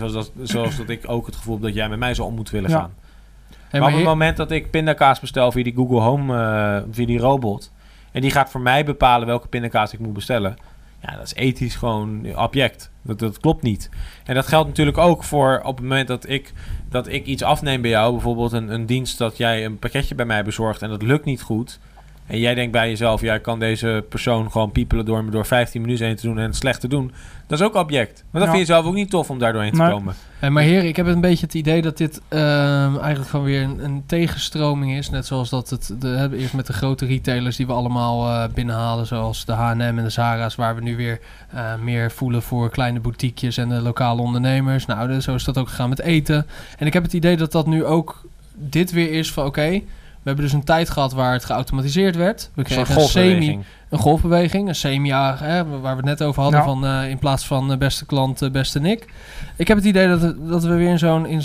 zoals dat ik ook het gevoel heb dat jij met mij zo om moet willen gaan. Hey, maar op het moment dat ik pindakaas bestel via die Google Home, via die robot, en die gaat voor mij bepalen welke pindakaas ik moet bestellen, ja, dat is ethisch gewoon abject. Dat klopt niet. En dat geldt natuurlijk ook voor op het moment dat ik iets afneem bij jou, bijvoorbeeld een dienst dat jij een pakketje bij mij bezorgt en dat lukt niet goed. En jij denkt bij jezelf, ja, ik kan deze persoon gewoon piepelen door 15 minuten heen te doen en het slecht te doen. Dat is ook abject. Maar dat vind je zelf ook niet tof om daar doorheen te komen.
Maar heren, ik heb een beetje het idee dat dit eigenlijk gewoon weer een tegenstroming is. Net zoals dat het eerst met de grote retailers die we allemaal binnenhalen. Zoals de H&M en de Zara's. Waar we nu weer meer voelen voor kleine boutiquejes en de lokale ondernemers. Nou, zo is dat ook gegaan met eten. En ik heb het idee dat dat nu ook dit weer is van oké, we hebben dus een tijd gehad waar het geautomatiseerd werd. We kregen een golfbeweging, een semia, waar we het net over hadden, van in plaats van beste klant, beste Nick. Ik heb het idee dat we weer in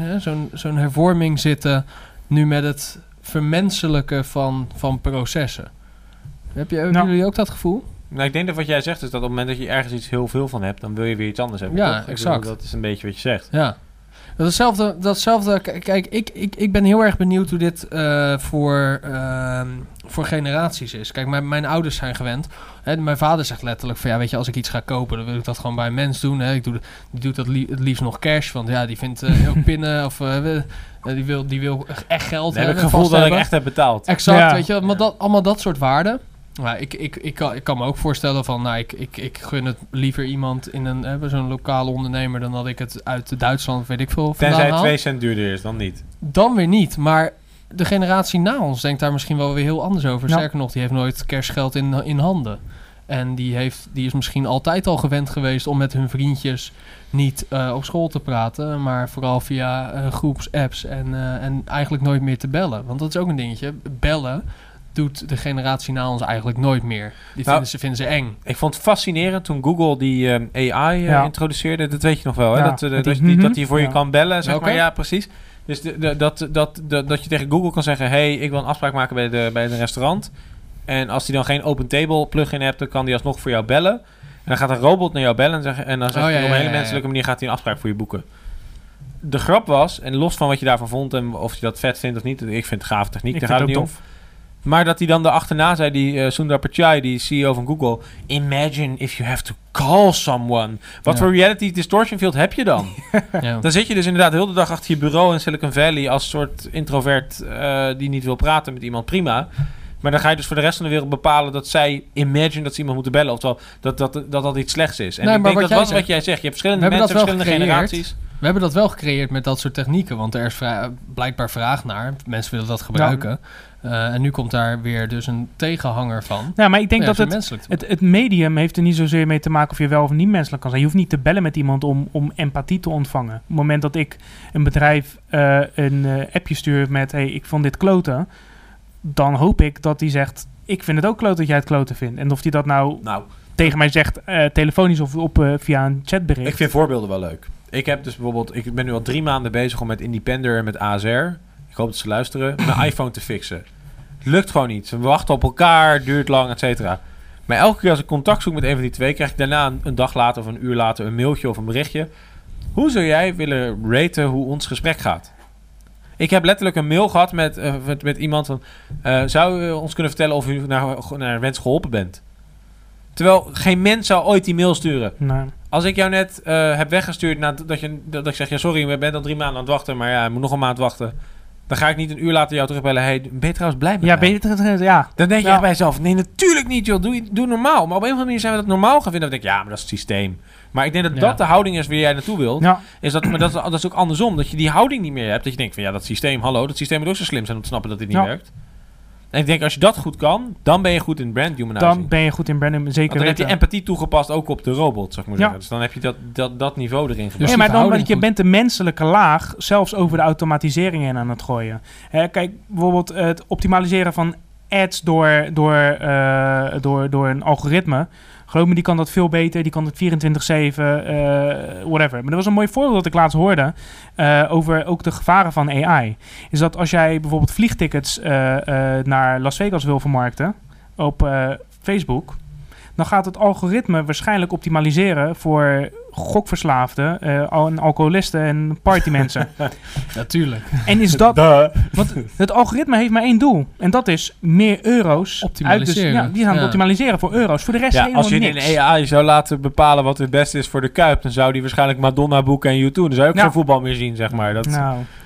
zo'n hervorming zitten, nu met het vermenselijken van processen. Hebben jullie ook dat gevoel?
Nou, ik denk dat wat jij zegt is dat op het moment dat je ergens iets heel veel van hebt, dan wil je weer iets anders hebben.
Ja,
toch?
exact.
Dat is een beetje wat je zegt.
Ja. Datzelfde, kijk, ik ben heel erg benieuwd hoe dit voor generaties is. Kijk, mijn ouders zijn gewend. Hè, mijn vader zegt letterlijk van, ja, weet je, als ik iets ga kopen, dan wil ik dat gewoon bij een mens doen. Hè. Die doet dat het liefst nog cash, want ja, die vindt ook pinnen of die wil echt geld hebben.
Ik heb het gevoel dat ik echt heb betaald.
Exact, weet je, maar allemaal dat soort waarden. Nou, ik kan me ook voorstellen van, nou, ik gun het liever iemand in zo'n lokale ondernemer dan dat ik het uit Duitsland, weet ik veel, vandaan haal.
Tenzij het 2 cent duurder is, dan niet.
Dan weer niet, maar de generatie na ons denkt daar misschien wel weer heel anders over. Ja. Sterker nog, die heeft nooit cashgeld in handen. En die is misschien altijd al gewend geweest om met hun vriendjes niet op school te praten, maar vooral via groepsapps en eigenlijk nooit meer te bellen. Want dat is ook een dingetje, bellen doet de generatie na ons eigenlijk nooit meer. Die vinden ze eng.
Ik vond het fascinerend toen Google die AI introduceerde. Dat weet je nog wel, hè?
Ja.
Dat die voor je kan bellen, zeg maar. Ja, precies. Dus dat je tegen Google kan zeggen, hey, ik wil een afspraak maken bij een restaurant. En als die dan geen Open Table plugin hebt, dan kan die alsnog voor jou bellen. En dan gaat een robot naar jou bellen en dan zegt hij op een hele menselijke manier gaat hij een afspraak voor je boeken. De grap was, en los van wat je daarvan vond en of je dat vet vindt of niet, ik vind het gave techniek, daar gaat het niet om. Maar dat hij dan erachterna zei, die Sundar Pichai, die CEO van Google, imagine if you have to call someone. Wat voor reality distortion field heb je dan? Ja. Dan zit je dus inderdaad de hele dag achter je bureau in Silicon Valley als soort introvert die niet wil praten met iemand, prima. Maar dan ga je dus voor de rest van de wereld bepalen dat zij imagine dat ze iemand moeten bellen. Oftewel, dat iets slechts is. En ik denk dat was wat jij zegt. Je hebt verschillende mensen, verschillende generaties.
We hebben dat wel gecreëerd met dat soort technieken. Want er is blijkbaar vraag naar. Mensen willen dat gebruiken. En nu komt daar weer dus een tegenhanger van.
Ja, maar ik denk dat het medium heeft er niet zozeer mee te maken of je wel of niet menselijk kan zijn. Je hoeft niet te bellen met iemand om empathie te ontvangen. Op het moment dat ik een bedrijf een appje stuur met, hey, ik vond dit kloten, dan hoop ik dat hij zegt, ik vind het ook kloten dat jij het kloten vindt. En of hij dat nou tegen mij zegt, telefonisch of via een chatbericht.
Ik vind voorbeelden wel leuk. Ik heb dus bijvoorbeeld, ik ben nu al 3 maanden bezig om met Independer en met ASR, ik hoop dat ze luisteren, mijn iPhone te fixen. Lukt gewoon niet. Ze wachten op elkaar, duurt lang, et cetera. Maar elke keer als ik contact zoek met een van die twee, krijg ik daarna een dag later of een uur later een mailtje of een berichtje. Hoe zou jij willen raten hoe ons gesprek gaat? Ik heb letterlijk een mail gehad met iemand van... zou u ons kunnen vertellen of u naar wens geholpen bent? Terwijl geen mens zou ooit die mail sturen.
Nee.
Als ik jou net heb weggestuurd dat ik zeg... Ja, sorry, we bent al 3 maanden aan het wachten... maar ja, je moet nog een maand wachten... Dan ga ik niet een uur later jou terugbellen. Hey, ben je trouwens blij met mij? Dan denk je echt bij jezelf... Nee, natuurlijk niet, joh. Doe normaal. Maar op een of andere manier zijn we dat normaal gaan vinden. Dan denk ik, ja, maar dat is het systeem. Maar ik denk dat de houding is waar jij naartoe wilt. Ja. Maar dat is ook andersom. Dat je die houding niet meer hebt. Dat je denkt van, ja, dat systeem moet ook zo slim zijn om te snappen dat dit niet werkt. En ik denk, als je dat goed kan, dan ben je goed in brand humanizing.
Dan ben je goed in brand humanizing, zeker.
Dan heb je empathie toegepast ook op de robot, zou ik maar zeggen. Dus dan heb je dat niveau erin gebracht.
Dus maar je bent de menselijke laag zelfs over de automatisering heen aan het gooien. Kijk, bijvoorbeeld het optimaliseren van ads door een algoritme. Geloof me, die kan dat veel beter. Die kan het 24/7, whatever. Maar er was een mooi voorbeeld dat ik laatst hoorde... over ook de gevaren van AI. Is dat als jij bijvoorbeeld vliegtickets naar Las Vegas wil vermarkten... op Facebook... dan gaat het algoritme waarschijnlijk optimaliseren... voor gokverslaafden, alcoholisten en partymensen.
Natuurlijk.
En is dat... Want het algoritme heeft maar één doel. En dat is meer euro's.
Optimaliseren.
Die gaan het optimaliseren voor euro's. Voor de rest helemaal
als je
niks.
een AI zou laten bepalen wat het beste is voor de Kuip... dan zou die waarschijnlijk Madonna boeken en U2. Dan zou je ook geen voetbal meer zien, zeg maar. Dat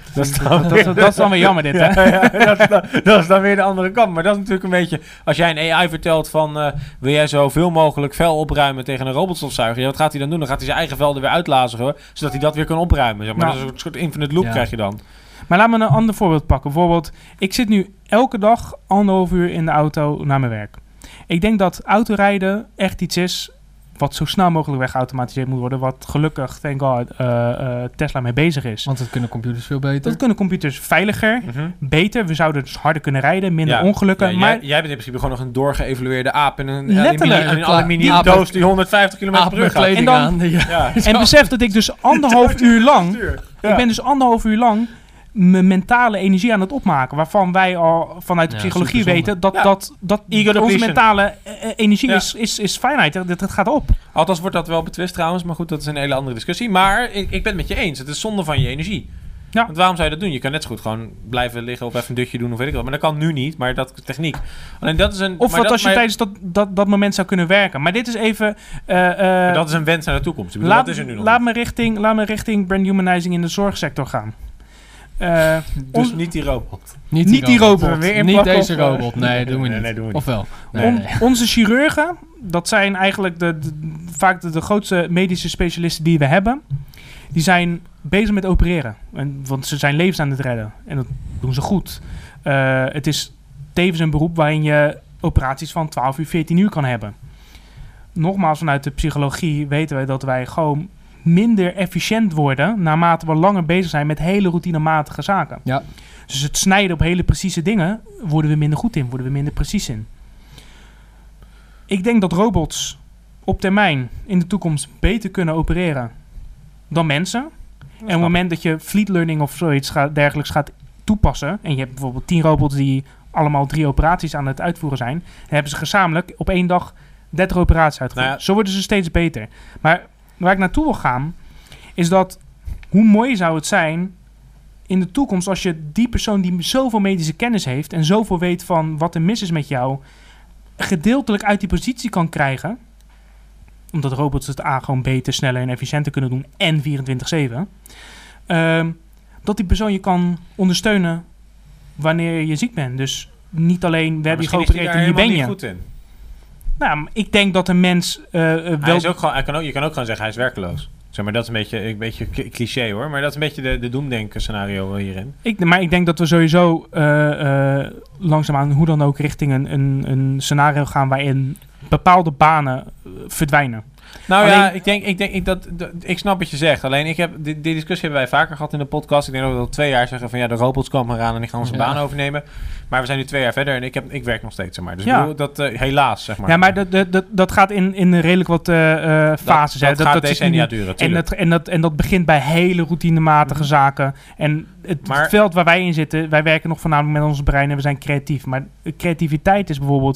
is dan weer jammer, dit, hè? Dat is dan weer de andere kant. Maar dat is natuurlijk een beetje... Als jij een AI vertelt van... wil jij zoveel mogelijk vuil opruimen tegen een robotstofzuiger? Ja, wat gaat hij dan doen? Dan gaat hij zijn eigen vuil er weer uitlazen, zodat hij dat weer kan opruimen. Zeg maar. Dat is een soort infinite loop krijg je dan.
Maar laat me een ander voorbeeld pakken. Bijvoorbeeld, ik zit nu elke dag 1,5 uur in de auto naar mijn werk. Ik denk dat autorijden echt iets is... wat zo snel mogelijk weggeautomatiseerd moet worden... wat gelukkig, thank God, Tesla mee bezig is.
Want dat kunnen computers veel beter.
Dat kunnen computers veiliger, beter. We zouden dus harder kunnen rijden, minder ongelukken.
Ja,
maar
jij bent in principe gewoon nog een doorgeëvalueerde aap... in een aluminium doos die 150 km per uur gaat.
En besef dat ik dus 1,5 uur lang... Ik ben dus 1,5 uur lang... mijn mentale energie aan het opmaken... waarvan wij al vanuit de psychologie weten... dat onze mentale energie is fijnheid. Dat gaat op.
Althans wordt dat wel betwist trouwens... maar goed, dat is een hele andere discussie. Maar ik ben het met je eens. Het is zonde van je energie. Ja. Want waarom zou je dat doen? Je kan net zo goed gewoon blijven liggen... of even een dutje doen of weet ik wat. Maar dat kan nu niet, maar dat is techniek. Alleen dat is
als je tijdens dat moment zou kunnen werken. Maar dit is even...
dat is een wens naar de toekomst. Ik bedoel, dat is er nu nog
laat me richting brand humanizing in de zorgsector gaan.
Dus niet die robot.
Niet die robot.
Niet deze robot. Nee, doen we niet. Nee, doen we niet. Of wel?
Nee. Onze chirurgen, dat zijn eigenlijk vaak de grootste medische specialisten die we hebben. Die zijn bezig met opereren. Want ze zijn levens aan het redden. En dat doen ze goed. Het is tevens een beroep waarin je operaties van 12 uur, 14 uur kan hebben. Nogmaals, vanuit de psychologie weten we dat wij gewoon minder efficiënt worden naarmate we langer bezig zijn met hele routinematige zaken. Ja. Dus het snijden op hele precieze dingen worden we minder goed in, worden we minder precies in. Ik denk dat robots op termijn in de toekomst beter kunnen opereren dan mensen. En op het moment dat je fleet learning of zoiets dergelijks gaat toepassen, en je hebt bijvoorbeeld 10 robots die allemaal 3 operaties aan het uitvoeren zijn, dan hebben ze gezamenlijk op 1 dag 30 operaties uitgevoerd. Nou ja. Zo worden ze steeds beter. Maar waar ik naartoe wil gaan, is dat hoe mooi zou het zijn in de toekomst als je die persoon die zoveel medische kennis heeft en zoveel weet van wat er mis is met jou, gedeeltelijk uit die positie kan krijgen, omdat robots het gewoon beter, sneller en efficiënter kunnen doen en 24/7, dat die persoon je kan ondersteunen wanneer je ziek bent. Dus niet alleen, we hebben je geopereerd en hier ben je.
Goed in.
Nou, ik denk dat een mens
je kan ook gewoon zeggen, hij is werkeloos. Zeg maar, dat is een beetje cliché hoor. Maar dat is een beetje de doemdenken scenario hierin.
Maar ik denk dat we sowieso langzaamaan hoe dan ook richting een scenario gaan waarin bepaalde banen verdwijnen.
Nou ja, ik snap wat je zegt. Alleen die discussie hebben wij vaker gehad in de podcast. Ik denk dat we al 2 jaar zeggen van ja, de robots komen eraan en die gaan onze baan overnemen. Maar we zijn nu 2 jaar verder en ik werk nog steeds, zeg maar. Dus ik bedoel, dat helaas, zeg maar.
Ja, maar dat gaat in redelijk wat fases.
Dat gaat decennia duren,
en dat begint bij hele routinematige zaken. En het veld waar wij in zitten, wij werken nog voornamelijk met ons brein en we zijn creatief. Maar creativiteit is bijvoorbeeld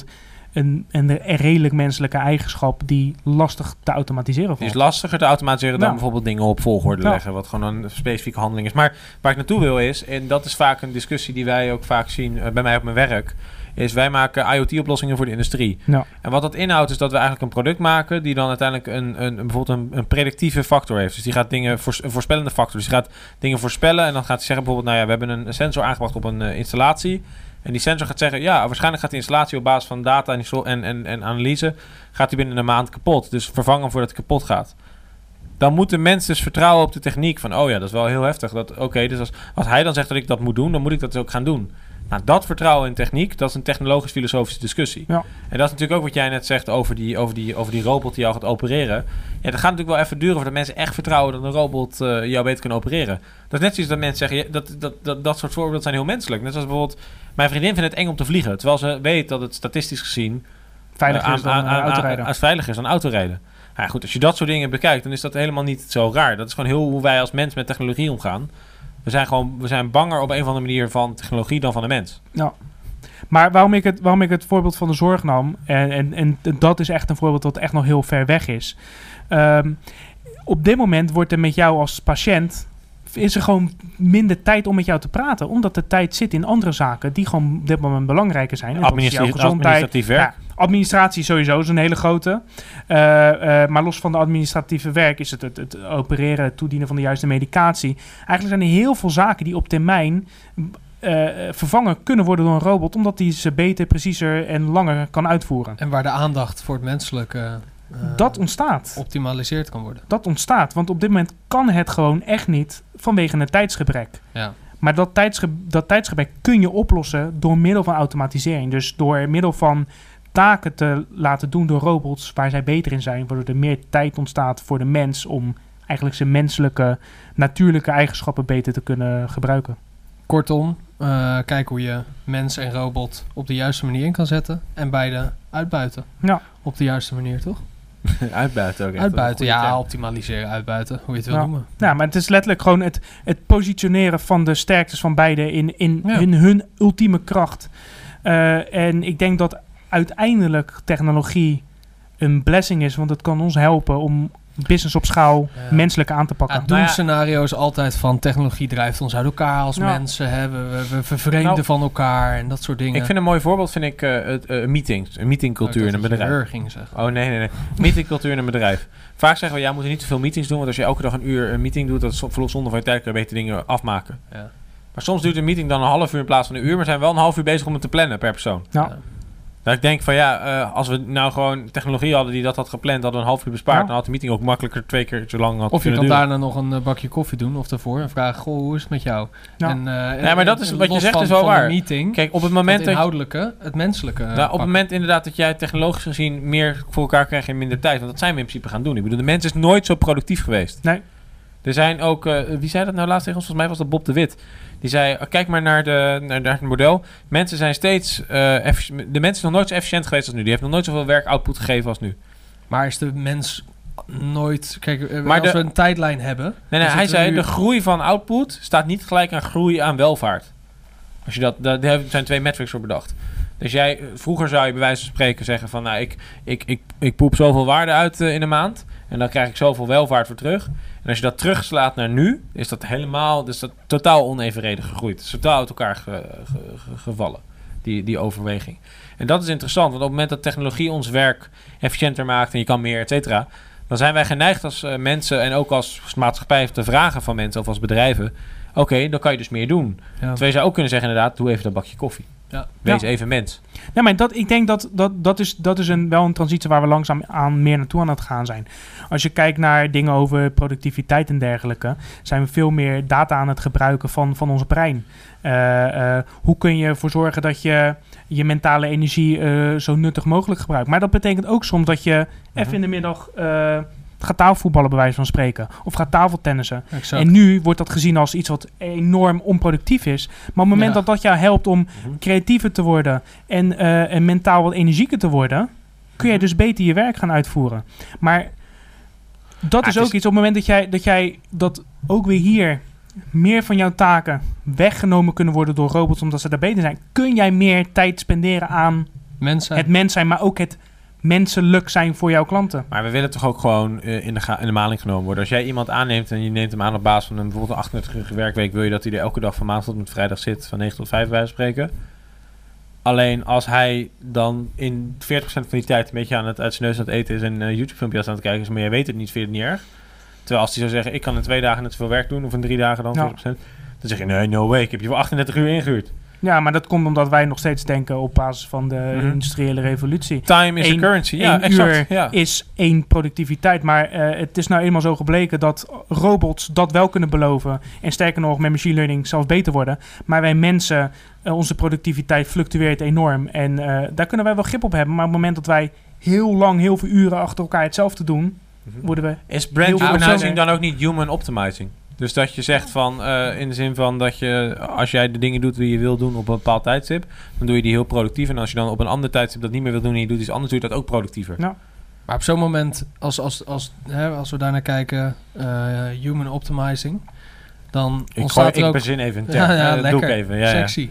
een redelijk menselijke eigenschap die lastig te automatiseren valt.
Het is lastiger te automatiseren dan bijvoorbeeld dingen op volgorde leggen, wat gewoon een specifieke handeling is. Maar waar ik naartoe wil is, en dat is vaak een discussie die wij ook vaak zien bij mij op mijn werk, is wij maken IoT-oplossingen voor de industrie. Ja. En wat dat inhoudt is dat we eigenlijk een product maken die dan uiteindelijk bijvoorbeeld een predictieve factor heeft. Dus die gaat dingen, een voorspellende factor. Dus die gaat dingen voorspellen en dan gaat hij zeggen bijvoorbeeld, nou ja, we hebben een sensor aangebracht op een installatie. En die sensor gaat zeggen, ja, waarschijnlijk gaat de installatie op basis van data en analyse, gaat die binnen een maand kapot. Dus vervangen voordat het kapot gaat. Dan moet de mens dus vertrouwen op de techniek van, oh ja, dat is wel heel heftig. Oké, dus als hij dan zegt dat ik dat moet doen, dan moet ik dat ook gaan doen. Nou, dat vertrouwen in techniek, dat is een technologisch-filosofische discussie. Ja. En dat is natuurlijk ook wat jij net zegt over die robot die jou gaat opereren. Ja, dat gaat natuurlijk wel even duren voordat mensen echt vertrouwen dat een robot jou beter kan opereren. Dat is net zoals dat mensen zeggen, dat soort voorbeelden zijn heel menselijk. Net zoals bijvoorbeeld, mijn vriendin vindt het eng om te vliegen, terwijl ze weet dat het statistisch gezien
veiliger is dan autorijden.
Als veiliger is dan autorijden. Ja, goed, als je dat soort dingen bekijkt, dan is dat helemaal niet zo raar. Dat is gewoon heel hoe wij als mens met technologie omgaan. We zijn banger op een of andere manier van technologie dan van de mens.
Ja. Maar waarom ik het voorbeeld van de zorg nam, en dat is echt een voorbeeld dat echt nog heel ver weg is. Op dit moment wordt er met jou als patiënt, is er gewoon minder tijd om met jou te praten. Omdat de tijd zit in andere zaken die gewoon op dit moment belangrijker zijn.
Administratief werk. Ja,
administratie sowieso is een hele grote. Maar los van de administratieve werk is het opereren, het toedienen van de juiste medicatie. Eigenlijk zijn er heel veel zaken die op termijn vervangen kunnen worden door een robot, omdat die ze beter, preciezer en langer kan uitvoeren.
En waar de aandacht voor het menselijke
dat ontstaat.
Optimaliseerd kan worden.
Dat ontstaat, want op dit moment kan het gewoon echt niet vanwege een tijdsgebrek.
Ja.
Maar dat tijdsgebrek kun je oplossen door middel van automatisering. Dus door middel van taken te laten doen door robots waar zij beter in zijn, waardoor er meer tijd ontstaat voor de mens om eigenlijk zijn menselijke, natuurlijke eigenschappen beter te kunnen gebruiken.
Kortom, kijk hoe je mens en robot op de juiste manier in kan zetten en beide uitbuiten.
Ja.
Op de juiste manier, toch?
Uitbuiten ook.
Uitbuiten, ja, optimaliseren, uitbuiten, hoe je het wil noemen.
Ja, maar het is letterlijk gewoon het positioneren van de sterktes van beide in hun ultieme kracht. En ik denk dat uiteindelijk technologie een blessing is, want het kan ons helpen om business op schaal menselijk aan te pakken.
Het doemscenario is altijd van technologie drijft ons uit elkaar als mensen. Hè? We vervreemden van elkaar en dat soort dingen.
Ik vind een mooi voorbeeld, een meetingcultuur in een bedrijf. Oh nee. Meetingcultuur in een bedrijf. Vaak zeggen we, moet je niet te veel meetings doen, want als je elke dag een uur een meeting doet, dat is zonde van je tijd, kun je beter dingen afmaken. Ja. Maar soms duurt een meeting dan een half uur in plaats van een uur, maar zijn we wel een half uur bezig om het te plannen per persoon.
Ja.
Nou, ik denk van als we nou gewoon technologie hadden die dat had gepland, hadden we een half uur bespaard. Dan had de meeting ook makkelijker 2 keer zo lang
Of je kan daarna nog een bakje koffie doen of daarvoor en vragen, hoe is het met jou?
Ja. Maar dat is wat je zegt is wel waar.
Meeting,
kijk, op het moment
het inhoudelijke, het menselijke.
Op het moment inderdaad dat jij technologisch gezien meer voor elkaar krijgt in minder tijd, want dat zijn we in principe gaan doen. Ik bedoel, de mens is nooit zo productief geweest.
Nee.
Er zijn ook, wie zei dat nou laatst tegen ons? Volgens mij was dat Bob de Wit. Die zei, kijk maar naar het model. Mensen zijn steeds, de mens is nog nooit zo efficiënt geweest als nu. Die heeft nog nooit zoveel werkoutput gegeven als nu.
Maar is de mens nooit, kijk, als we een tijdlijn hebben.
Nee, hij zei, de groei van output staat niet gelijk aan groei aan welvaart. Als je daar zijn 2 metrics voor bedacht. Dus vroeger zou je bij wijze van spreken zeggen van, ik poep zoveel waarde uit in een maand. En dan krijg ik zoveel welvaart voor terug. En als je dat terugslaat naar nu, is dat totaal onevenredig gegroeid. Het is totaal uit elkaar gevallen, die overweging. En dat is interessant, want op het moment dat technologie ons werk efficiënter maakt en je kan meer, et cetera, dan zijn wij geneigd als mensen en ook als maatschappij te vragen van mensen of als bedrijven, oké, dan kan je dus meer doen. Ja. Terwijl je zou ook kunnen zeggen inderdaad, doe even dat bakje koffie. Ja. Wees even mens.
Ja, maar ik denk dat is wel een transitie waar we langzaam meer naartoe aan het gaan zijn. Als je kijkt naar dingen over productiviteit en dergelijke, zijn we veel meer data aan het gebruiken van onze brein. Hoe kun je ervoor zorgen dat je mentale energie zo nuttig mogelijk gebruikt? Maar dat betekent ook soms dat je even in de middag gaat tafelvoetballen bij wijze van spreken. Of gaat tafeltennissen. Exact. En nu wordt dat gezien als iets wat enorm onproductief is. Maar op het moment dat jou helpt om creatiever te worden en mentaal wat energieker te worden, kun je dus beter je werk gaan uitvoeren. Maar dat is ook iets op het moment dat ook weer hier meer van jouw taken weggenomen kunnen worden door robots omdat ze daar beter zijn, kun jij meer tijd spenderen aan
Mens zijn.
Het mens zijn, maar ook het menselijk zijn voor jouw klanten.
Maar we willen toch ook gewoon in de maling genomen worden. Als jij iemand aanneemt en je neemt hem aan op basis van bijvoorbeeld een 38-uurige werkweek, wil je dat hij er elke dag van maandag tot met vrijdag zit, van 9 tot 5 bij wijze van spreken. Alleen als hij dan in 40% van die tijd een beetje uit zijn neus aan het eten is en YouTube-filmpjes aan het kijken is, maar jij weet het niet, vind je het niet erg. Terwijl als hij zou zeggen, ik kan in 2 dagen net zoveel werk doen, of in 3 dagen dan 40%, dan zeg je, nee, no way, ik heb je voor 38 uur ingehuurd.
Ja, maar dat komt omdat wij nog steeds denken op basis van de industriële revolutie.
Time is a currency. Ja, exact.
Uur is 1 productiviteit. Maar het is nou eenmaal zo gebleken dat robots dat wel kunnen beloven. En sterker nog, met machine learning zelfs beter worden. Maar wij mensen, onze productiviteit fluctueert enorm. En daar kunnen wij wel grip op hebben. Maar op het moment dat wij heel lang, heel veel uren achter elkaar hetzelfde doen, worden we...
Is brand humanizing dan ook niet human optimizing? Dus dat je zegt van, in de zin van dat je, als jij de dingen doet die je wil doen op een bepaald tijdstip, dan doe je die heel productief. En als je dan op een ander tijdstip dat niet meer wil doen en je doet iets anders, doe je dat ook productiever.
Ja.
Maar op zo'n moment, als we daarnaar kijken, human optimizing, dan ontstaat er ook...
Ik bezin even een term.
lekker.
Doe ik even. Ja,
sexy.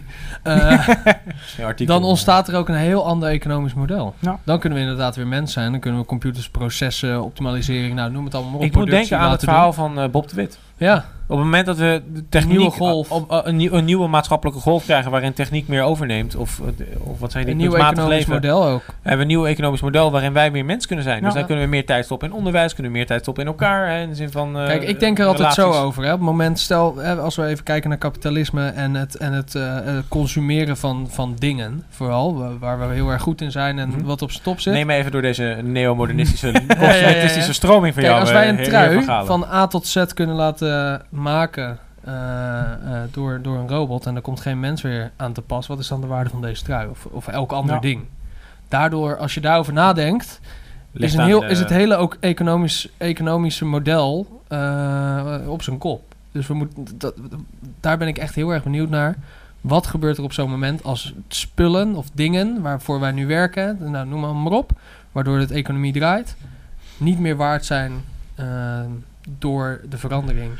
Dan ontstaat er ook een heel ander economisch model. Ja. Dan kunnen we inderdaad weer mens zijn. Dan kunnen we computers, processen, optimalisering, nou noem het allemaal maar op.
Ik moet denken aan het verhaal van Bob de Wit.
Ja.
Op het moment dat we de techniek, een nieuwe maatschappelijke golf krijgen waarin techniek meer overneemt, of wat zijn die,
een nieuw economisch model ook.
Hebben we een nieuw economisch model waarin wij meer mens kunnen zijn. Ja. Dus dan kunnen we meer tijd stoppen in onderwijs, kunnen we meer tijd stoppen in elkaar. Hè, in de zin van,
kijk, ik denk er altijd zo over. Hè. Op het moment, stel, als we even kijken naar kapitalisme en het consumeren van dingen, vooral, waar we heel erg goed in zijn en wat op z'n top zit.
Neem me even door deze neomodernistische, consumentistische stroming van jou.
Kijk, als wij een trui van A tot Z kunnen laten maken door een robot en er komt geen mens weer aan te pas, wat is dan de waarde van deze trui of elk ander ding? Daardoor, als je daarover nadenkt, is het hele ook economische model op zijn kop. Dus daar ben ik echt heel erg benieuwd naar. Wat gebeurt er op zo'n moment als spullen of dingen waarvoor wij nu werken, nou, noem maar op, waardoor de economie draait, niet meer waard zijn door de verandering.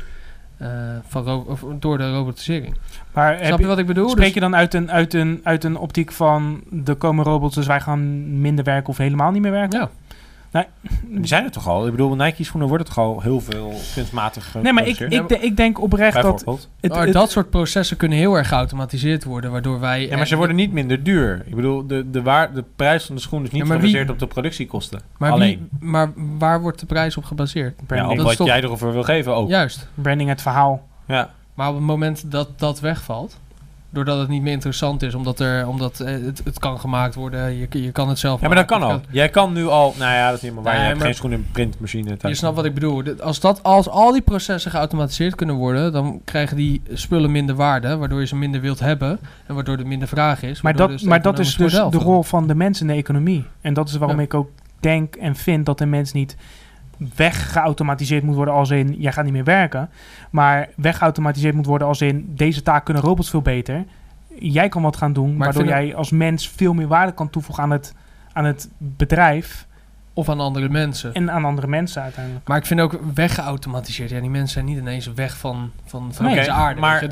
Door de robotisering.
Maar
snap je wat ik bedoel?
Spreek je dan uit een optiek van er komen robots, dus wij gaan minder werken of helemaal niet meer werken?
Ja.
Nee.
Die zijn er toch al? Ik bedoel, Nike schoenen worden toch al heel veel kunstmatig
Nee, maar ik denk oprecht dat...
dat soort processen kunnen heel erg geautomatiseerd worden, waardoor wij...
Ja, maar ze worden niet minder duur. Ik bedoel, de prijs van de schoen is niet gebaseerd op de productiekosten.
Maar waar wordt de prijs op gebaseerd?
Op wat jij erover wil geven ook.
Juist.
Branding, het verhaal.
Ja.
Maar op het moment dat wegvalt, doordat het niet meer interessant is, omdat het kan gemaakt worden, je kan het zelf maken.
Ja, maar dat kan al. Jij kan nu al, nou ja, dat is niet meer waar. Je hebt geen schoenen printmachine.
Je snapt wat ik bedoel. Als al die processen geautomatiseerd kunnen worden, dan krijgen die spullen minder waarde, waardoor je ze minder wilt hebben en waardoor er minder vraag is.
Maar dat is dus de rol van de mens in de economie. En dat is waarom ik ook denk en vind dat de mens niet weggeautomatiseerd moet worden als in, jij gaat niet meer werken. Maar weggeautomatiseerd moet worden als in, deze taak kunnen robots veel beter. Jij kan wat gaan doen, waardoor jij als mens veel meer waarde kan toevoegen aan het bedrijf.
Of aan andere mensen.
En aan andere mensen uiteindelijk.
Maar ik vind ook weggeautomatiseerd. Ja, die mensen zijn niet ineens weg van deze aarde.
Maar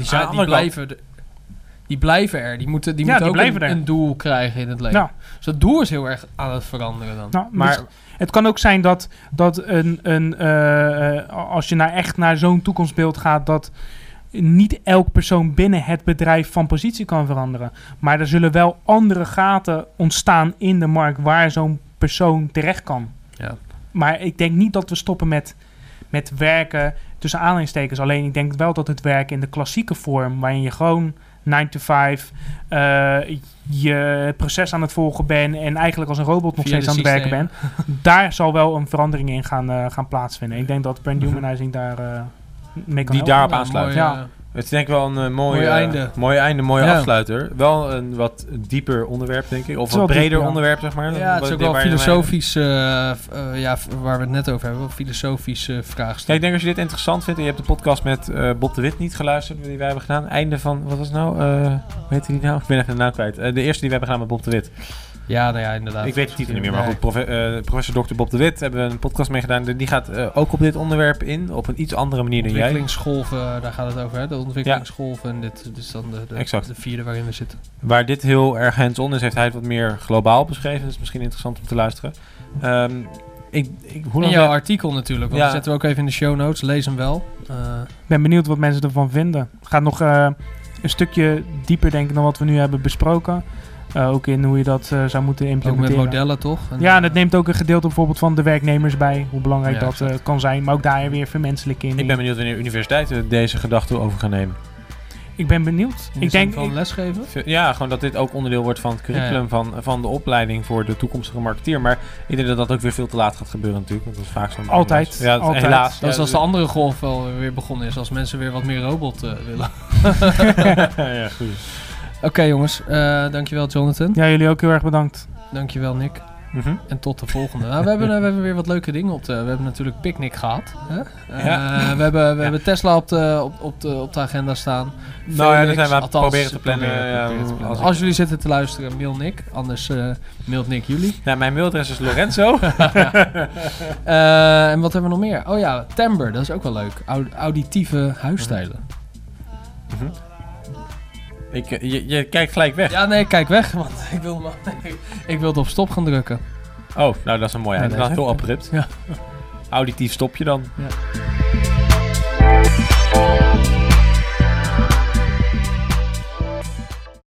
die blijven er. Die moeten ook een doel krijgen in het leven. Ja. Dus dat doel is heel erg aan het veranderen dan.
Nou, maar het kan ook zijn dat als je echt naar zo'n toekomstbeeld gaat, dat niet elk persoon binnen het bedrijf van positie kan veranderen. Maar er zullen wel andere gaten ontstaan in de markt waar zo'n persoon terecht kan.
Ja.
Maar ik denk niet dat we stoppen met werken tussen aanhalingstekens. Alleen ik denk wel dat het werken in de klassieke vorm, waarin je gewoon 9 to 5 je proces aan het volgen bent en eigenlijk als een robot nog steeds aan het werken bent, daar zal wel een verandering in gaan plaatsvinden. Ik denk dat brand humanizing daar mee kan helpen.
Die daarop aansluit.
Ja.
Het is denk ik wel een mooie afsluiter. Wel een wat dieper onderwerp, denk ik. Of een breder onderwerp, zeg maar.
Ja, het is ook wel filosofisch, waar we het net over hebben. Filosofische vraagstuk.
Kijk, ik denk als je dit interessant vindt en je hebt de podcast met Bob de Wit niet geluisterd, die wij hebben gedaan. Einde van, wat was het nou? Hoe heette die nou? Ik ben even de naam kwijt. De eerste die we hebben gedaan met Bob de Wit.
Ja, nou ja, inderdaad.
Ik weet het titel niet meer, maar goed. Professor Dr. Bob de Wit hebben we een podcast mee gedaan. Die gaat ook op dit onderwerp in, op een iets andere manier dan jij.
Ontwikkelingsgolven, daar gaat het over. Hè? ontwikkelingsgolf. En dit is dan de vierde waarin we zitten.
Waar dit heel erg hands-on is, heeft hij het wat meer globaal beschreven. Dat is misschien interessant om te luisteren.
En jouw artikel natuurlijk, want die zetten we ook even in de show notes. Lees hem wel.
Ik ben benieuwd wat mensen ervan vinden. Het gaat nog een stukje dieper, denk ik, dan wat we nu hebben besproken. Ook in hoe je dat zou moeten implementeren.
Ook met modellen, toch?
En het neemt ook een gedeelte bijvoorbeeld van de werknemers bij. Hoe belangrijk dat kan zijn. Maar ook daar weer vermenselijking.
Ik ben benieuwd wanneer universiteiten deze gedachte over gaan nemen.
Ik ben benieuwd.
Ik denk van lesgeven?
Ja, gewoon dat dit ook onderdeel wordt van het curriculum van de opleiding voor de toekomstige marketeer. Maar ik denk dat dat ook weer veel te laat gaat gebeuren natuurlijk. Want dat is vaak zo.
Altijd.
Ja,
altijd.
Helaas.
Dat is als de andere golf wel weer begonnen is. Als mensen weer wat meer robot willen.
Ja, goed.
Oké, jongens, dankjewel Jonathan.
Ja, jullie ook heel erg bedankt.
Dankjewel Nick. En tot de volgende. Nou, we hebben weer wat leuke dingen we hebben natuurlijk Picnic gehad. Hè? We hebben Tesla op de agenda staan.
Daar zijn we proberen te plannen.
Als jullie zitten te luisteren, mail Nick. Anders mailt Nick jullie.
Ja, mijn mailadres is Lorenzo.
En wat hebben we nog meer? Oh ja, Timbre, dat is ook wel leuk. Auditieve huisstijlen.
Je kijkt gelijk weg.
Ja, nee, kijk weg, want ik wilde op stop gaan drukken.
Oh, nou dat is een mooi. Dat is heel abrupt.
Ja.
Auditief stop je dan.
Ja.